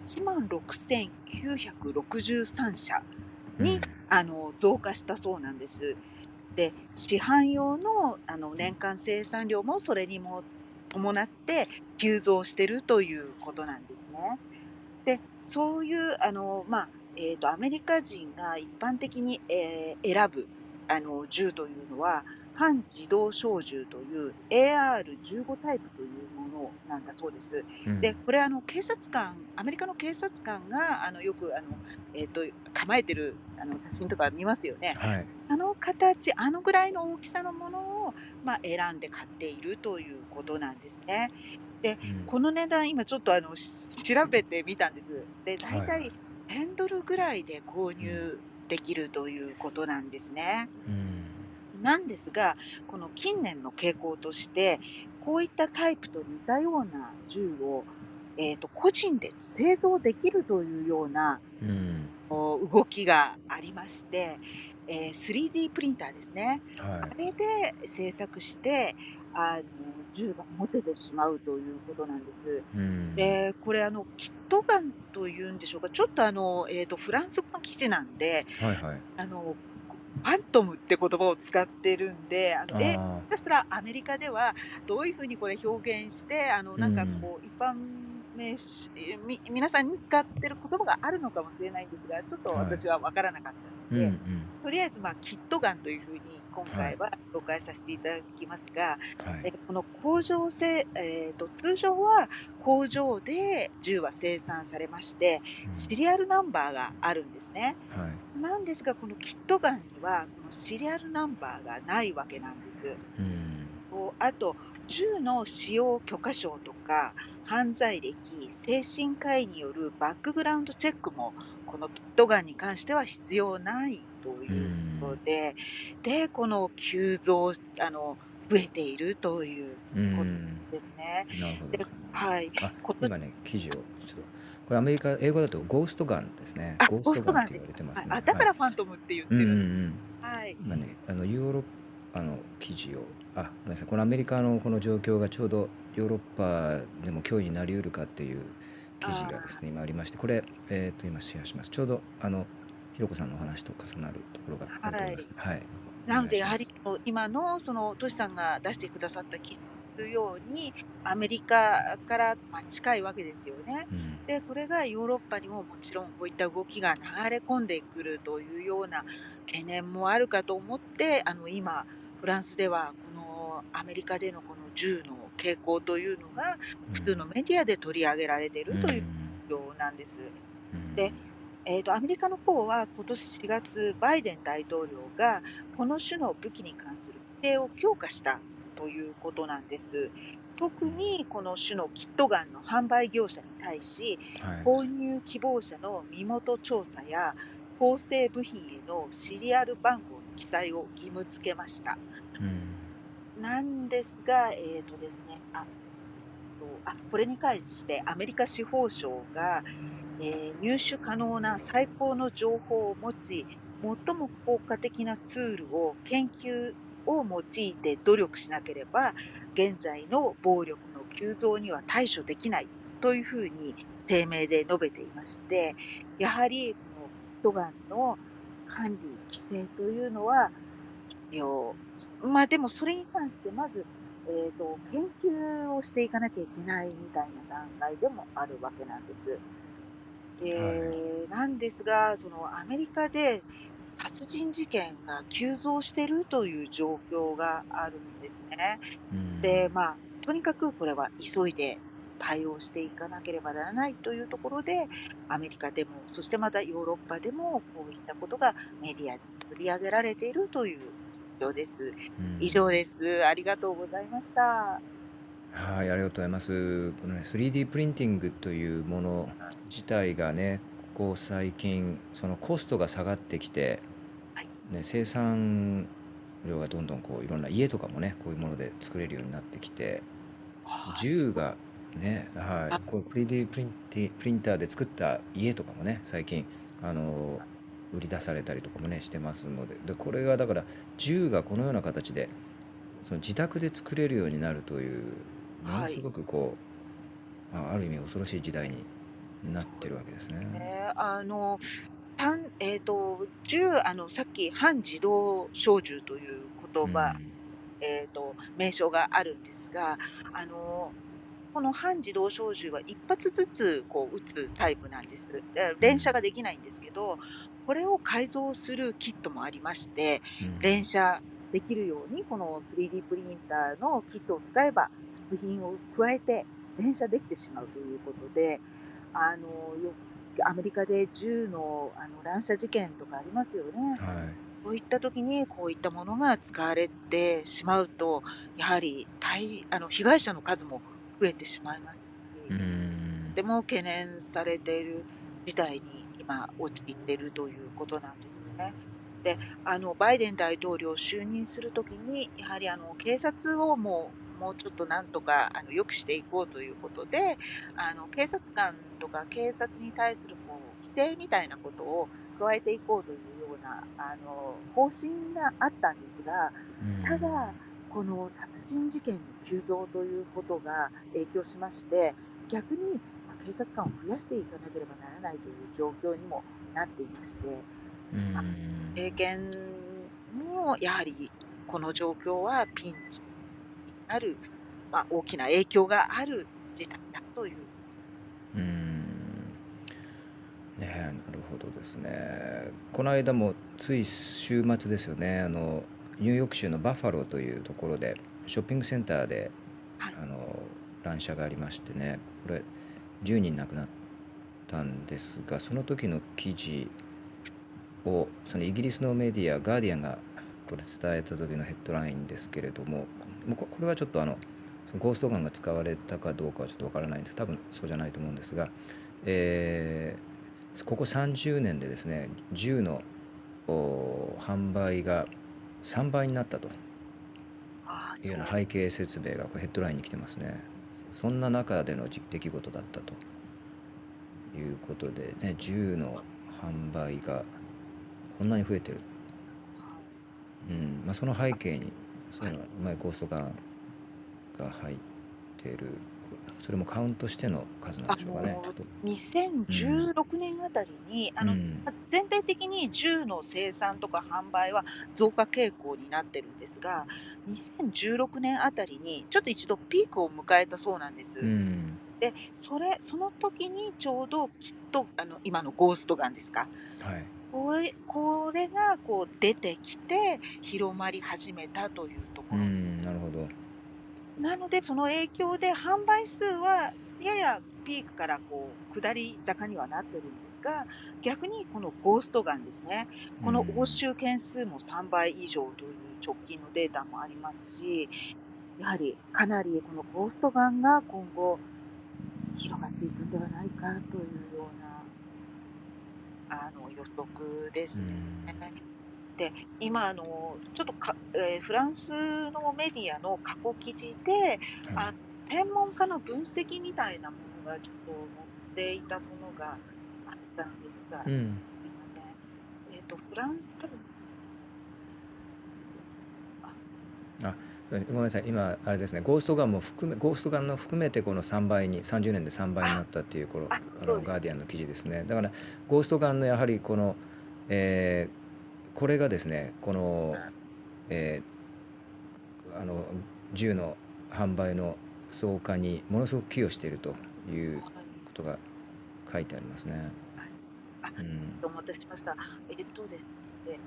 16,963社に増加したそうなんです。で、市販用の年間生産量もそれにも伴って急増しているということなんですね。で、そういうアメリカ人が一般的に、選ぶ銃というのは、半自動小銃という AR-15 タイプというものなんだそうです。で、これアメリカの警察官がよく構えてる写真とか見ますよね。形、ぐらいの大きさのものを、選んで買っているということなんですね。で、この値段、今ちょっと調べてみたんです。で、大体1000ドルぐらいで購入できるということなんですね。なんですが、この近年の傾向として、こういったタイプと似たような銃を、個人で製造できるというような、動きがありまして、3D プリンターですね。あれで製作して銃が持ててしまうということなんです。で、これキットガンというんでしょうか、ちょっとフランス語の記事なんで、ファントムって言葉を使ってるんで、もしかしたらアメリカではどういうふうにこれ表現して、なんかこう一般名詞、皆さんに使ってる言葉があるのかもしれないんですが、ちょっと私は分からなかったので、とりあえずキットガンというふうに今回は紹介させていただきますが、この通常は工場で銃は生産されまして、シリアルナンバーがあるんですね。なんですが、このキットガンにはこのシリアルナンバーがないわけなんです。あと、銃の使用許可証とか、犯罪歴、精神科医によるバックグラウンドチェックも、このキットガンに関しては必要ないということで、この急増、増えているということですね。 なるほど。 はい。 今ね、記事をちょっと。これ英語だとゴーストガンですね。ゴーストガンって言われてますね。 だからファントムって言ってる。 今ね、ヨーロッパ記事を、ごめんなさい、このアメリカのこの状況がちょうどヨーロッパでも脅威になりうるかっていう記事がですね、今ありまして、これ、今シェアします。ちょうどひろこさんのお話と重なるところがあると思いますね。はい。 なので、やはり今のそのトシさんが出してくださった記事というように、アメリカから近いわけですよね。で、これがヨーロッパにももちろんこういった動きが流れ込んでくるというような懸念もあるかと思って、今、フランスではこのアメリカでのこの銃の傾向というのが、普通のメディアで取り上げられているという状況なんです。で、アメリカの方は今年4月、バイデン大統領がこの種の武器に関する規制を強化したということなんです。特にこの種のキットガンの販売業者に対し、購入希望者の身元調査や構成部品へのシリアル番号の記載を義務付けました。なんですが、ですね、これに関してアメリカ司法省が入手可能な最高の情報を持ち、最も効果的なツールを研究を用いて努力しなければ、現在の暴力の急増には対処できないというふうに声明で述べていまして、やはりこのキットガンの管理、規制というのは必要。でもそれに関してまず、研究をしていかなきゃいけないみたいな段階でもあるわけなんです。なんですが、そのアメリカで殺人事件が急増しているという状況があるんですね。で、とにかくこれは急いで対応していかなければならないというところで、アメリカでも、そしてまたヨーロッパでも、こういったことがメディアで取り上げられているという状況です。以上です。ありがとうございました。 はい、ありがとうございます。このね、3D プリンティングというもの自体がね、ここ最近、そのコストが下がってきて、生産量がどんどんこういろんな家とかもね、こういうもので作れるようになってきて、銃がね、こう 3D プリンターで作った家とかもね、最近売り出されたりとかもねしてますので、これがだから銃がこのような形でその自宅で作れるようになるというものすごくこう、ある意味恐ろしい時代になってるわけですね。 さっき半自動小銃という言葉、名称があるんですが、この半自動小銃は一発ずつこう撃つタイプなんです。連射ができないんですけど、これを改造するキットもありまして、連射できるようにこの 3D プリンターのキットを使えば、部品を加えて連射できてしまうということで、アメリカで銃の乱射事件とかありますよね。そういった時にこういったものが使われてしまうと、やはり被害者の数も増えてしまいますし、とても懸念されている事態に今陥っているということなんですね。で、バイデン大統領就任する時に、やはり警察をもうちょっとなんとか良くしていこうということで、警察官とか警察に対するこう規定みたいなことを加えていこうというような方針があったんですが、ただ、この殺人事件の急増ということが影響しまして、逆に警察官を増やしていかなければならないという状況にもなっていまして、政権にもやはりこの状況はピンチになる、大きな影響がある事態だという。 ね、なるほどですね。この間もつい週末ですよね、ニューヨーク州のバファローというところでショッピングセンターで、乱射がありましてね、これ10人亡くなったんですが、その時の記事をそのイギリスのメディアガーディアンがこれ伝えた時のヘッドラインですけれども、これはちょっとそのゴーストガンが使われたかどうかはちょっとわからないんです。多分そうじゃないと思うんですが、ここ30年でですね、銃の販売が3倍になったというような背景説明がヘッドラインに来てますね。そんな中での出来事だったということでね、銃の販売がこんなに増えてる、その背景にそういうのはゴーストガンが入ってる、それもカウントしての数なんでしょうかね。 2016年あたりに、全体的に銃の生産とか販売は増加傾向になってるんですが、2016年あたりにちょっと一度ピークを迎えたそうなんです。で、その時にちょうどきっと今のゴーストガンですか。 はい。 これがこう出てきて広まり始めたというところ。 なるほど。 なので、その影響で販売数はややピークからこう下り坂にはなってるんですが、逆にこのゴーストガンですね、この押収件数も3倍以上という直近のデータもありますし、やはりかなりこのゴーストガンが今後広がっていくんではないかというような予測ですね。で、今ちょっとフランスのメディアの過去記事で、専門家の分析みたいなものがちょっと載っていたものがあったんですが、すみません。フランス多分ごめんなさい、今あれですね、ゴーストガンの含めてこの3倍に、30年で3倍になったっていうガーディアンの記事ですね。だからゴーストガンのやはりこの、これがですね、この、銃の販売の増加にものすごく寄与しているということが書いてありますね。 お待たせしました。ですね、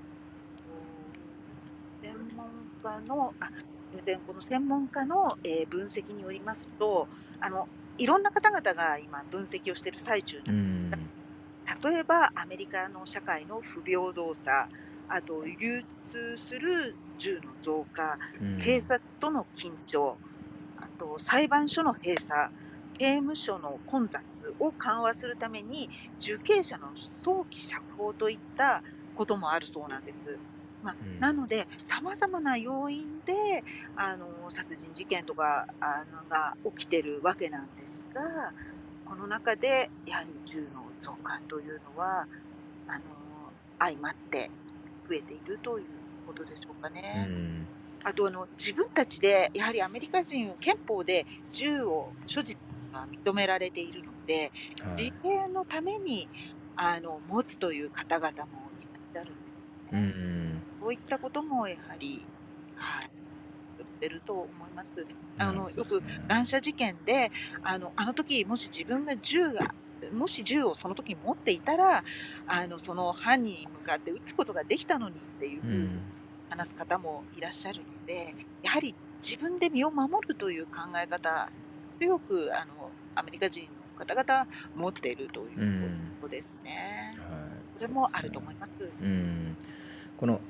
この専門家の分析によりますと、いろんな方々が今分析をしている最中なんですが、例えばアメリカの社会の不平等さ、あと流通する銃の増加、警察との緊張、あと裁判所の閉鎖、刑務所の混雑を緩和するために受刑者の早期釈放といったこともあるそうなんです。なので、さまざまな要因で殺人事件とかが起きてるわけなんですが、この中でやはり銃の増加というのは相まって増えているということでしょうかね。あと自分たちでやはりアメリカ人憲法で銃を所持が認められているので、自衛のために持つという方々もいらっしゃるんですね。そういったこともやはり言ってると思います。よく乱射事件であの時もし自分が銃をその時持っていたらその犯人に向かって撃つことができたのにっていうふうに話す方もいらっしゃるので、やはり自分で身を守るという考え方、強くアメリカ人の方々持っているということですね。それもあると思います。 この、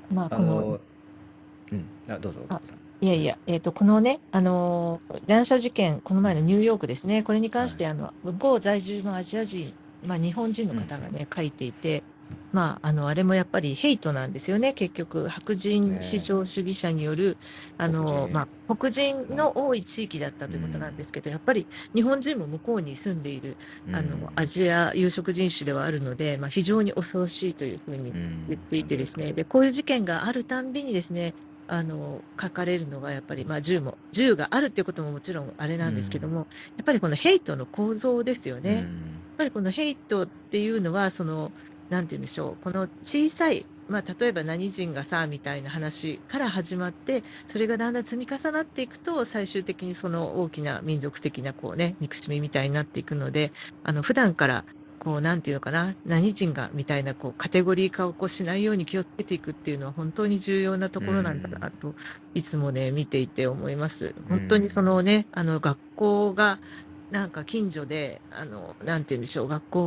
どうぞ。 いやいや、このね、乱射事件、この前のニューヨークですね、これに関して、向こう在住のアジア人、日本人の方がね、書いていて、あれもやっぱりヘイトなんですよね、結局、白人至上主義者による、黒人の多い地域だったということなんですけど、やっぱり日本人も向こうに住んでいる、アジア有色人種ではあるので、非常に恐ろしいというふうに言っていてですね、で、こういう事件があるたんびにですね、書かれるのがやっぱり、銃があるっていうことももちろんあれなんですけども、やっぱりこのヘイトの構造ですよね。やっぱりこのヘイトっていうのは、なんて言うんでしょう、この小さい、例えば何人がさ、みたいな話から始まって、それがだんだん積み重なっていくと、最終的にその大きな民族的な憎しみみたいになっていくので、普段からなんていうのかな、何人がみたいなカテゴリー化をしないように気をつけていくっていうのは本当に重要なところなんだなと、いつもね、見ていて思います。本当に学校がなんか近所で、なんて言うんでしょう、学校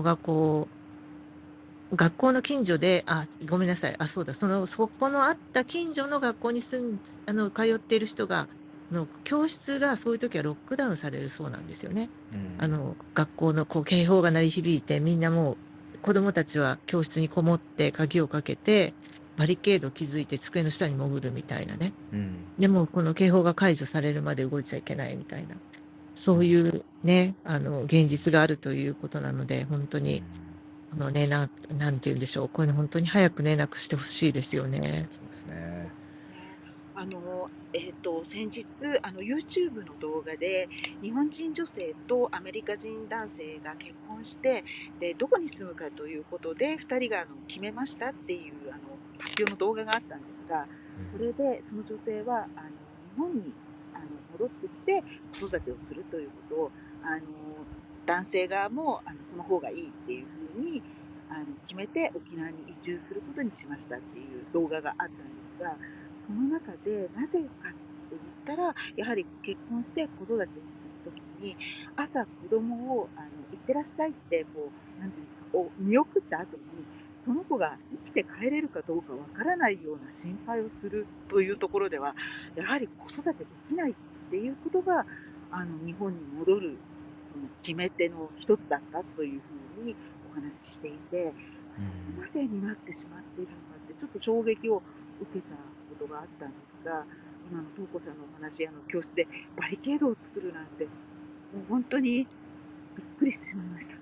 の近所で、ごめんなさい、そうだ、そこのあった近所の学校に通っている人が、教室がそういう時はロックダウンされるそうなんですよね。学校の警報が鳴り響いて、みんなもう子供たちは教室にこもって鍵をかけて、バリケードを築いて机の下に潜るみたいなね。でもこの警報が解除されるまで動いちゃいけないみたいな、そういうね、現実があるということなので、本当になんて言うんでしょう、これ本当に早くね、なくしてほしいですよね。 そうですね。 先日、YouTube の動画で、日本人女性とアメリカ人男性が結婚して、で、どこに住むかということで、2人が決めましたっていう発表の動画があったんですが、それで、その女性は、日本に戻ってきて子育てをするということを、あの男性側もその方がいいっていうふうに決めて沖縄に移住することにしましたっていう動画があったんですが、その中でなぜかって言ったら、やはり結婚して子育てをするときに、朝子供を行ってらっしゃいってなんていうんですか、見送った後に、その子が生きて帰れるかどうかわからないような心配をするというところでは、やはり子育てできないっていうことが、日本に戻るその決め手の一つだったというふうにお話ししていて、そこまでになってしまっているのかって、ちょっと衝撃を受けたことがあったんですが、今の東子さんのお話、教室でバリケードを作るなんて、もう本当にびっくりしてしまいました。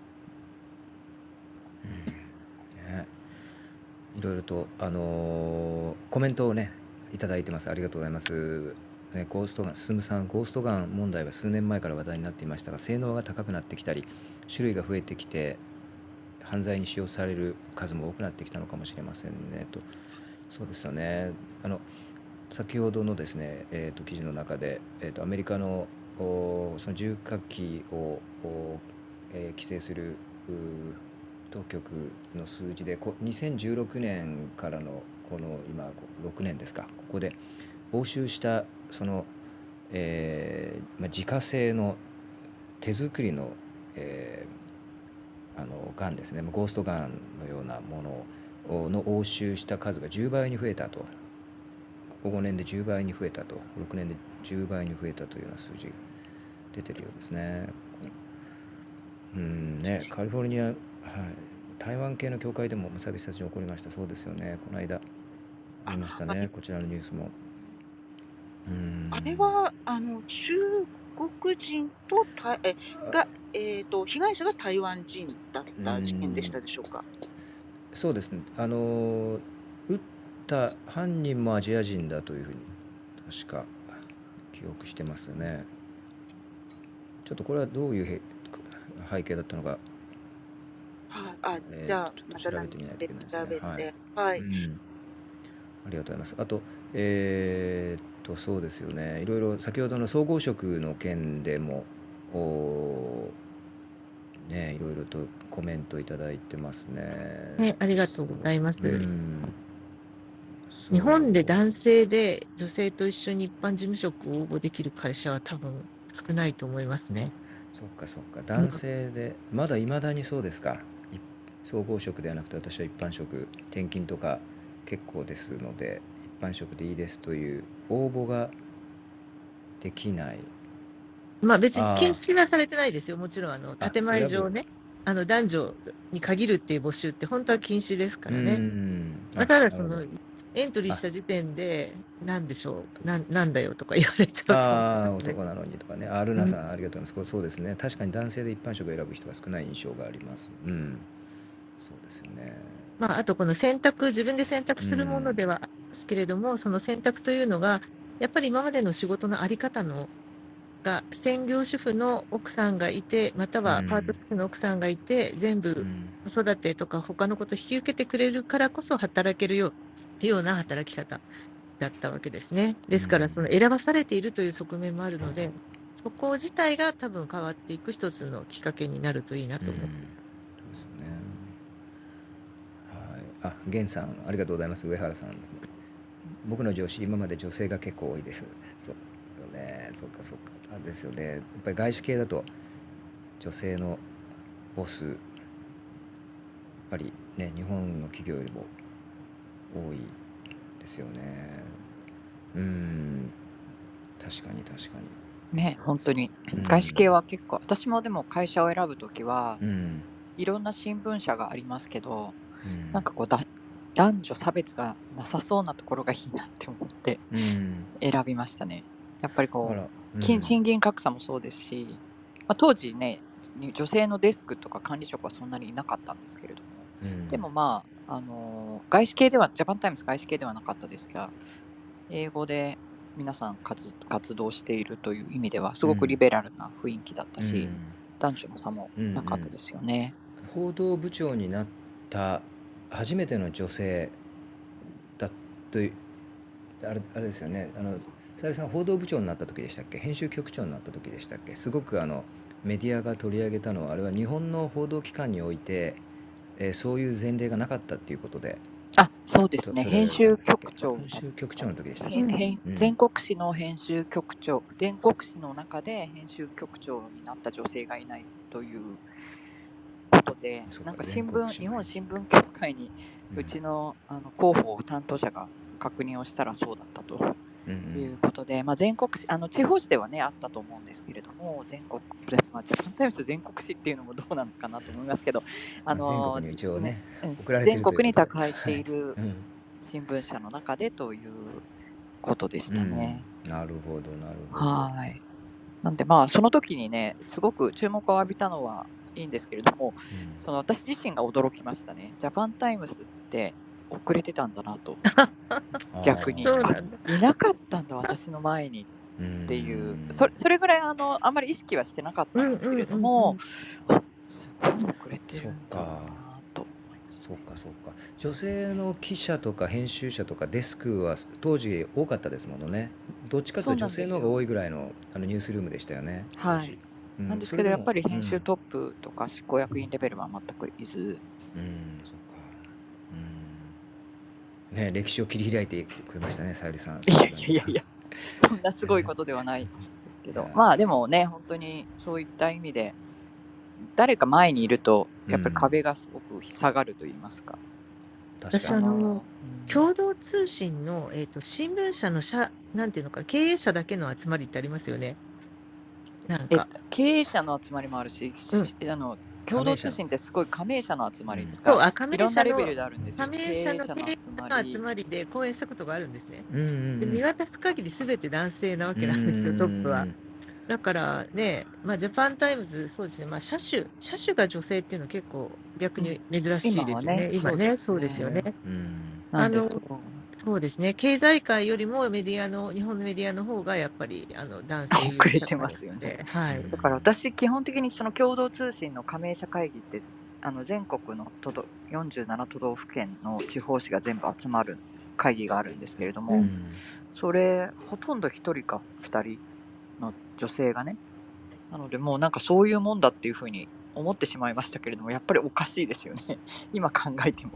ね、いろいろと、コメントをねいただいてます。ありがとうございます。ね、ゴーストガン、進さん、ゴーストガン問題は数年前から話題になっていましたが、性能が高くなってきたり、種類が増えてきて、犯罪に使用される数も多くなってきたのかもしれませんねと。そうですよね。先ほどのですね、記事の中で、アメリカのその重火器を規制する当局の数字で、2016年からのこの今6年ですか、ここで押収したその、自家製の手作りの、ガンですね、ゴーストガンのようなものの押収した数が10倍に増えたと。ここ5年で10倍に増えたと、6年で10倍に増えたというような数字が出てるようですね。ね、カリフォルニア、はい、台湾系の教会でも無差別殺人起こりました。そうですよね。この間ありましたね、こちらのニュースも。 あれは中国人とが、被害者が台湾人だった事件でしたでしょうか。 そうですね。撃った犯人もアジア人だというふうに確か記憶してますよね。ちょっとこれはどういう背景だったのか、 じゃあちょっと調べてみないといけないですね。 はい。 ありがとうございます。あと、そうですよね。いろいろ先ほどの総合職の件でもね、いろいろとコメントいただいてますね。 ありがとうございます。日本で男性で女性と一緒に一般事務職を応募できる会社は多分少ないと思いますね。 そっかそっか、男性で、まだいまだにそうですか。総合職ではなくて、私は一般職、転勤とか結構ですので、一般職でいいですという応募ができない。 まあ別に禁止はされてないですよ。もちろん建前上ね、男女に限るっていう募集って本当は禁止ですからね。ただそのエントリーした時点で何でしょう、なんだよとか言われちゃうと思いますね。 男なのにとかね。ルナさん、ありがとうございます。これそうですね。確かに男性で一般職を選ぶ人が少ない印象があります。そうですよね。 まあ、あとこの自分で選択するものではありますけれども、その選択というのが、やっぱり今までの仕事のあり方が専業主婦の奥さんがいて、またはパート主婦の奥さんがいて、全部子育てとか他のことを引き受けてくれるからこそ働けるような働き方だったわけですね。ですから、その選ばされているという側面もあるので、そこ自体が多分変わっていく一つのきっかけになるといいなと思う。 そうですね。はい。源さん、ありがとうございます。上原さんですね。僕の上司、今まで女性が結構多いです。そうね。そうか。ですよね。やっぱり外資系だと女性のボス、やっぱりね、日本の企業よりも多いですよね。確かに。 ね、本当に外資系は結構、私もでも会社を選ぶときは、いろんな新聞社がありますけど、なんか男女差別がなさそうなところがいいなって思って選びましたね。やっぱり賃金格差もそうですし、当時ね、女性のデスクとか管理職はそんなにいなかったんですけれども、でもジャパンタイムズ外資系ではなかったですが、 英語で皆さん活動しているという意味ではすごくリベラルな雰囲気だったし、男女の差もなかったですよね。 報道部長になった初めての女性だとあれですよね。さゆりさん報道部長になった時でしたっけ、編集局長になった時でしたっけ。すごくメディアが取り上げたのは、あれは日本の報道機関において、そういう前例がなかったっていうことで。 そうですね。編集局長の時でしたっけ。全国紙の編集局長、全国紙の中で編集局長になった女性がいないということで、なんか日本新聞協会にうちの広報担当者が確認をしたらそうだったということで、全国紙、地方紙ではねあったと思うんですけれども、全国ジャパンタイムズ全国紙っていうのもどうなのかなと思いますけど、 全国に一応ね、 全国に宅配している新聞社の中でということでしたね。 なるほどなるほど。 はい。なんでその時にねすごく注目を浴びたのはいいんですけれども、その私自身が驚きましたね。ジャパンタイムズって遅れてたんだなと逆にいなかったんだ私の前にっていう、それぐらいあんまり意識はしてなかったんですけれども、すごい遅れてるんだなと思います。 そうか女性の記者とか編集者とかデスクは当時多かったですものね。どっちかというと女性の方が多いぐらいのニュースルームでしたよね。 はい。なんですけどやっぱり編集トップとか執行役員レベルは全くいず。 そうか。ね、歴史を切り開いてくれましたね、さゆりさん。 いやそんなすごいことではないですけど、でもね本当にそういった意味で誰か前にいるとやっぱり壁がすごく下がると言いますか。 私共同通信の、新聞社のなんていうのか経営者だけの集まりってありますよね。なんか経営者の集まりもあるし、共同通信ってすごい加盟者の集まりですか。 いろんなレベルであるんですよ。 加盟者の集まりで講演したことがあるんですね。で見渡す限り全て男性なわけなんですよ、トップは。だからね、ジャパンタイムズそうですね、車種が女性っていうのは結構逆に珍しいですよね。今ね、そうですよね。そうですね。経済界よりも日本のメディアの方がやっぱり男性遅れてますよね。はい。だから私基本的にその共同通信の加盟者会議って全国の47都道府県の地方紙が全部集まる会議があるんですけれども、それほとんど1人か2人の女性がね、なのでもうなんかそういうもんだっていうふうに思ってしまいましたけれども、やっぱりおかしいですよね。今考えても。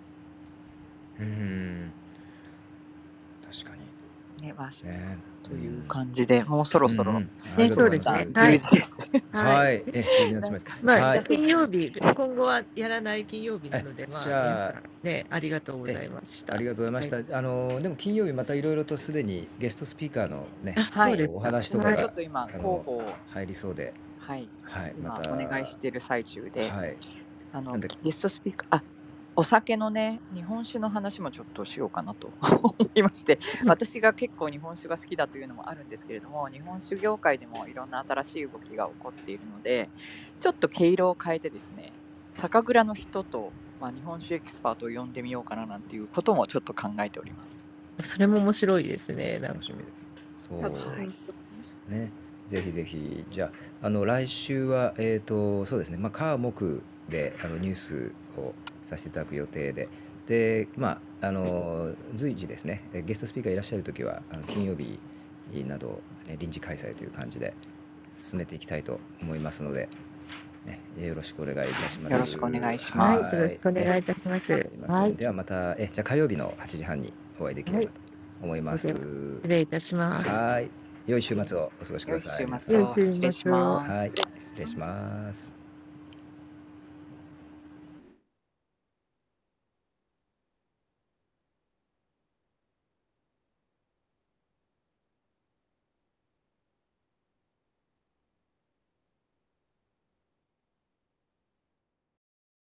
確かに。 ね、という感じで、もうそろそろそうですね。 10時です。 はい。 金曜日、今後はやらない金曜日なので、じゃあね、ありがとうございました。 ありがとうございました。でも金曜日またいろいろとすでにゲストスピーカーのね、お話とかがちょっと今候補入りそうで、 またお願いしている最中で、ゲストスピーカー、お酒のね、日本酒の話もちょっとしようかなと思いまして、私が結構日本酒が好きだというのもあるんですけれども、日本酒業界でもいろんな新しい動きが起こっているので、ちょっと毛色を変えてですね、酒蔵の人と、日本酒エキスパートを呼んでみようかななんていうこともちょっと考えております。 それも面白いですね。 楽しみです。そうね。ぜひぜひ。じゃあ来週はそうですね。火木でニュースをさせていただく予定で、随時ですね、ゲストスピーカーいらっしゃるときは金曜日など、臨時開催という感じで進めていきたいと思いますので、よろしくお願いいたします。 よろしくお願いします。 よろしくお願いいたします。 ではまたじゃあ火曜日の8時半にお会いできればと思います。 失礼いたします。 はい。良い週末をお過ごしください。 良い週末を失礼します。 はい。失礼します。